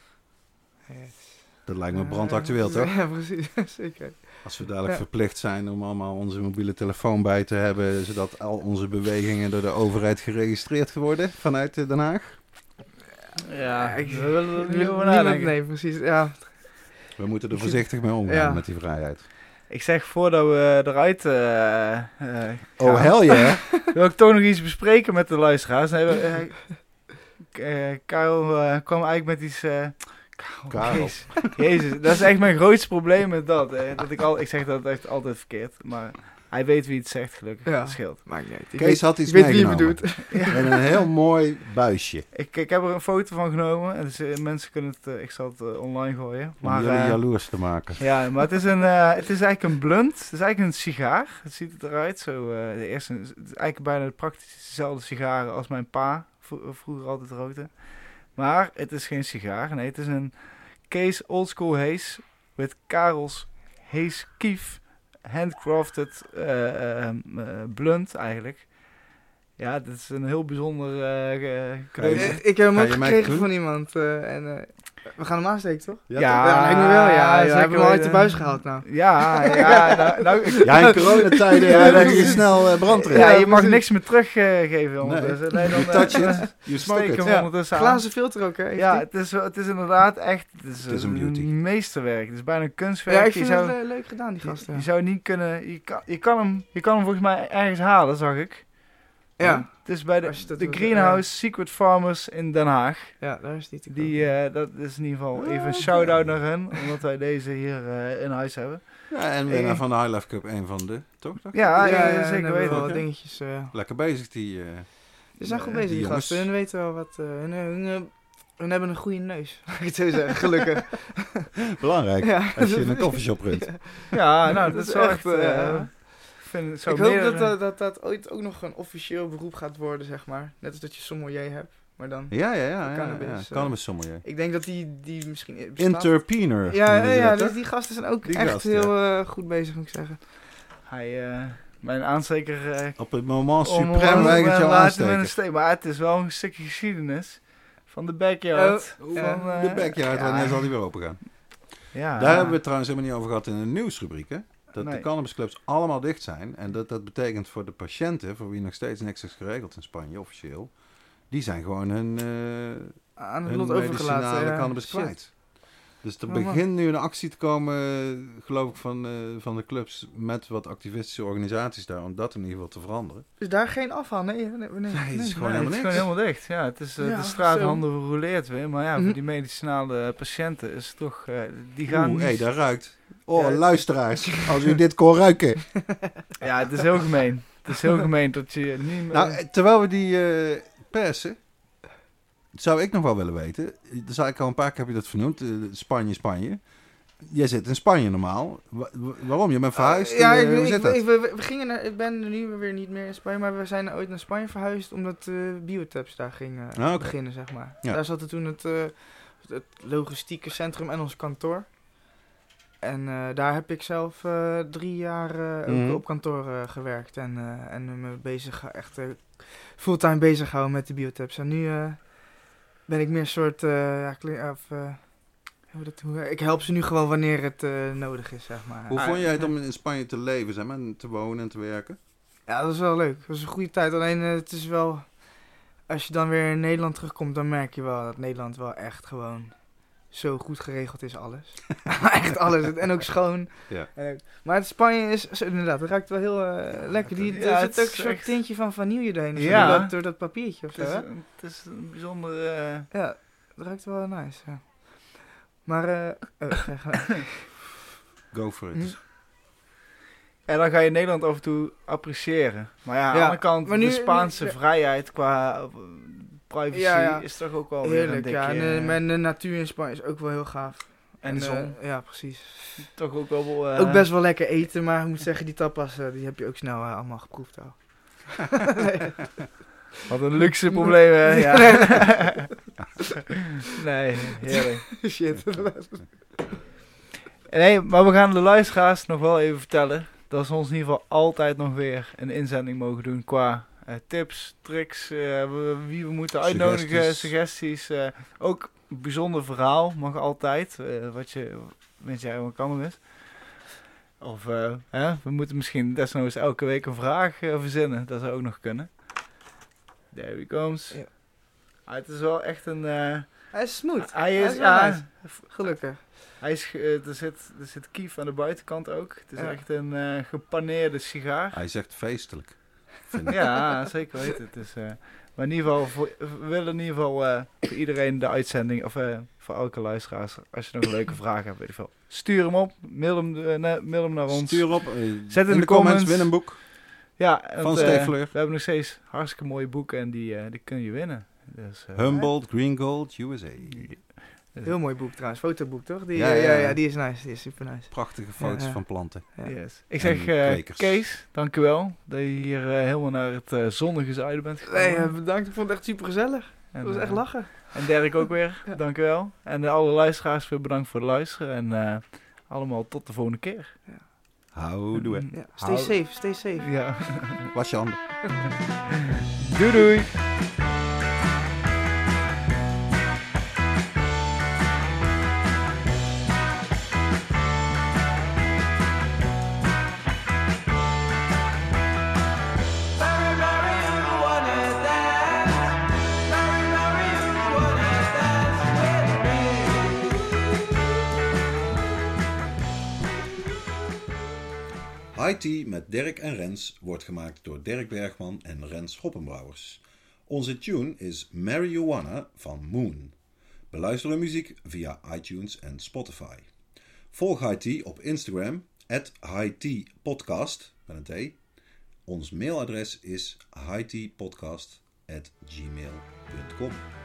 Dat lijkt me brandactueel, toch? Ja, precies. Zeker. Als we dadelijk Ja. verplicht zijn om allemaal onze mobiele telefoon bij te hebben, zodat al onze bewegingen door de overheid geregistreerd worden vanuit Den Haag. Ja, ik- we willen er niet over Niemand, nadenken. nee, precies. Ja. We moeten er Ik- voorzichtig mee omgaan Ja. met die vrijheid. Ik zeg, voordat we eruit uh, uh, Oh, hell yeah! wil ik toch nog iets bespreken met de luisteraars. Nee, we, uh, uh, Karel uh, kwam eigenlijk met iets... Uh, Karel, Karel. Jezus. Jezus, dat is echt mijn grootste probleem met dat. Hè. dat ik, al, ik zeg dat echt altijd verkeerd, maar hij weet wie het zegt, gelukkig. Ja. Dat scheelt. Maakt niet uit. Ik Kees weet, had iets ik weet wie je meegenomen. bedoelt. En een heel mooi buisje. Ik, ik heb er een foto van genomen. En dus, uh, mensen kunnen het... Uh, ik zal het uh, online gooien. Om Maar, jullie uh, jaloers te maken. ja, maar het is, een, uh, het is eigenlijk een blunt. Het is eigenlijk een sigaar. Het ziet het eruit. Zo, uh, de eerste, het is eigenlijk bijna praktisch dezelfde sigaren als mijn pa vro- vroeger altijd rookte. Maar het is geen sigaar. Nee, het is een Kees Oldschool Haze met Karels Haze Kief. Handcrafted uh, uh, uh, blunt eigenlijk. Ja, dat is een heel bijzonder uh, ge- cadeautje. Eh, Ik heb hem Ga ook je mij gekregen doen? van iemand. eh, en uh, we gaan hem aansteken, toch? Ja, Ja. toch? Ja, lijkt me wel, ja. ja we zeker hebben hem al uit de weten. buis gehaald nou. Ja, ja, nou, nou, ik- Ja, in coronatijden Ja, ja, leg je precies. snel uh, brand erin. ja, Ja, je mag precies. niks meer teruggeven ondertussen. Nee, dan, You touch eh, it, you smoke steek it. hem Ja. ondertussen aan. Glazen filter ook, hè? heeft Ja, hij? het is, het is inderdaad echt het is, Het is een een beauty. meesterwerk. Het is bijna een kunstwerk. Ja, ik je, vind zou, het le- leuk gedaan, die je, gast. je Ja. zou niet kunnen... Je kan, je, kan hem, je kan hem volgens mij ergens halen, zag ik. Ja, Het is bij de, Als je dat de wil- Greenhouse Secret Farmers in Den Haag. ja, daar is die te Die, koop. eh, dat is in ieder geval even Ah, een shout-out naar hen, omdat wij deze hier eh, in huis hebben. Ja, en winnaar van de High Life Cup, een van de, toch? Dacht ik? Ja, ja, en zeker hebben we weten. wel Ja. dingetjes. eh Lekker bezig, die... eh, Ze zijn goed Ja, bezig, die die jongens. gasten. Hun weten wel wat... eh, hun, hun, hun, hun hebben een goede neus, laat ik het zo zeggen. Gelukkig. belangrijk, Ja. als je een koffieshop runt. Ja, nou, dat is wel echt... eh, eh, ik vind het zo ik hoop meer, dat, eh, dat, dat dat ooit ook nog een officieel beroep gaat worden, zeg maar. Net als dat je sommelier hebt, maar dan... Ja, ja, ja. ja, Cannabis, ja. eh. Cannabis sommelier. Ik denk dat die, die misschien... bestaat. Interpener. Ja, ja, noemen ze ja dat, dus hè? die gasten zijn ook Die echt gasten, heel eh, goed bezig, moet ik zeggen. Hij, eh, mijn aansteker... eh, Op het moment om- suprem om- weigert jou laat hem in een aansteken. steek. Maar het is wel een stukje geschiedenis van de backyard. Oh, van, ja. eh, De backyard, ja. wanneer zal die weer open gaan? Ja. Daar hebben we het trouwens helemaal niet over gehad in de nieuwsrubriek, hè? Dat Nee. de cannabisclubs allemaal dicht zijn. En dat dat betekent voor de patiënten, voor wie nog steeds niks is geregeld in Spanje, officieel. Die zijn gewoon hun, eh Aan het hun lot overgelaten. medicinale Ja. cannabis Shit. kwijt. Dus er Oh, man. begint nu een actie te komen, eh, geloof ik, van, eh, van de clubs met wat activistische organisaties daar, om dat in ieder geval te veranderen. Is daar geen afval? Nee, nee, nee. nee, het is gewoon Nee, het is helemaal gewoon niks. helemaal dicht. Ja, het is, eh, Ja, de straathandel zo. roleert weer. Maar ja, voor Mhm. die medicinale patiënten is het toch... eh, die gaan Oeh, niet- hé, dat ruikt. Oh, Ja. luisteraars, als u dit kon ruiken. Ja, het is heel gemeen. Het is heel gemeen dat je niet meer... Nou, eh, terwijl we die eh, persen, zou ik nog wel willen weten. Er zei ik al een paar keer, heb je dat vernoemd, eh, Spanje, Spanje. Jij zit in Spanje normaal. Wa- wa- waarom? Je bent verhuisd? Uh, ja, Eh, ik, hoe ik, zit dat? ik- we, we gingen naar, ik ben nu weer niet meer in Spanje, maar we zijn ooit naar Spanje verhuisd omdat uh, Biotabs daar ging uh, Ah, oké. beginnen, zeg maar. Ja. Daar zat toen het, uh, het logistieke centrum en ons kantoor. En uh, daar heb ik zelf uh, drie jaar uh, Mhm. ook op kantoor uh, gewerkt en, uh, en me bezig, ge- echt uh, fulltime bezig gehouden met de Biotabs. En nu uh, ben ik meer een soort, uh, ja, kle- of, uh, hoe dat, hoe, ik help ze nu gewoon wanneer het uh, nodig is, zeg maar. Hoe Ah, vond jij het om in Spanje te leven, zeg maar, en te wonen en te werken? Ja, dat was wel leuk. Dat was een goede tijd. Alleen uh, het is wel... Als je dan weer in Nederland terugkomt, dan merk je wel dat Nederland wel echt gewoon zo goed geregeld is, alles. Echt alles. En ook schoon. Ja. En ook- maar het Spanje is, zo, inderdaad, het ruikt wel heel uh, lekker. Die, Ja, er het zit ook is een soort echt- tintje van vanille doorheen. of zo, Ja. Door dat, door dat papiertje of het, zo, is, hè? het is een bijzonder... eh, Ja, het ruikt wel nice, ja. Maar, eh... oh, ga- ga- Go for it. Hm. En dan ga je Nederland af en toe appreciëren. Maar ja, aan de Ja, andere kant, maar nu- de Spaanse nu- vrijheid qua eh, privacy Ja, ja. is toch ook wel weer een Heerlijk, dikje... ja. En, uh, eh, mijn de natuur in Spanje is ook wel heel gaaf. en de eh, zon. ja, precies. Toch ook wel... wel, eh, Ook best wel lekker eten, maar ik moet zeggen, die tapas, eh, die heb je ook snel eh, allemaal geproefd al. Nee. Wat een luxe probleem, hè? Ja. Nee, heerlijk. Shit. Nee, maar we gaan de luisteraars nog wel even vertellen dat ze ons in ieder geval altijd nog weer een inzending mogen doen qua eh, tips, tricks, eh, we- wie we moeten uitnodigen, Suggesties. suggesties. eh, ook een bijzonder verhaal mag altijd, eh, wat je, weet jij wat cannabis. Of eh, hè, we moeten misschien desnoods elke week een vraag eh, verzinnen, dat zou ook nog kunnen. There he comes. Ja. Ah, het is wel echt een... eh, Hij is smooth. hij is, wel ja, nice. Gelukkig. hij is, ge- eh, er, zit, er zit kief aan de buitenkant ook. Het is Ja. echt een eh, gepaneerde sigaar. Hij zegt feestelijk. Vind ik. Ja, zeker weten. Het is, eh, maar in ieder geval, voor, we willen in ieder geval eh, voor iedereen de uitzending, of eh, voor elke luisteraars, als je nog een leuke vraag hebt, weet ik veel. Stuur hem op, mail hem, eh, na- mail hem naar ons. Stuur op. eh, Zet in in de de comments, comments. win een boek Ja, want, van eh, Steve Fleur. we hebben nog steeds hartstikke mooie boeken en die, eh, die kun je winnen. Dus, eh, Humboldt, Green Gold, U S A. Heel mooi boek trouwens. Fotoboek, toch? Die, Ja, ja, ja, ja, ja. ja, die is nice. Die is super nice. Prachtige foto's Ja, ja. van planten. Ja. Yes. Ik En zeg, eh, kwekers. Kees, dankjewel dat je hier eh, helemaal naar het eh, zonnige zuiden bent gekomen. Nee, eh, bedankt. Ik vond het echt super gezellig. En, Het was echt eh, lachen. En Dirk ook weer, Ja. dankjewel. En uh, alle luisteraars weer bedankt voor het luisteren. En uh, allemaal tot de volgende keer. Houdoe. Mm, Ja. Stay Hou- safe, stay safe. Ja. Was je handen. Doei doei. High Tea met Dirk en Rens wordt gemaakt door Dirk Bergman en Rens Hoppenbrouwers. Onze tune is Marijuana van Moon. Beluister de muziek via iTunes en Spotify. Volg High Tea op Instagram, at highteapodcast, met een T. Ons mailadres is highteapodcast at gmail dot com.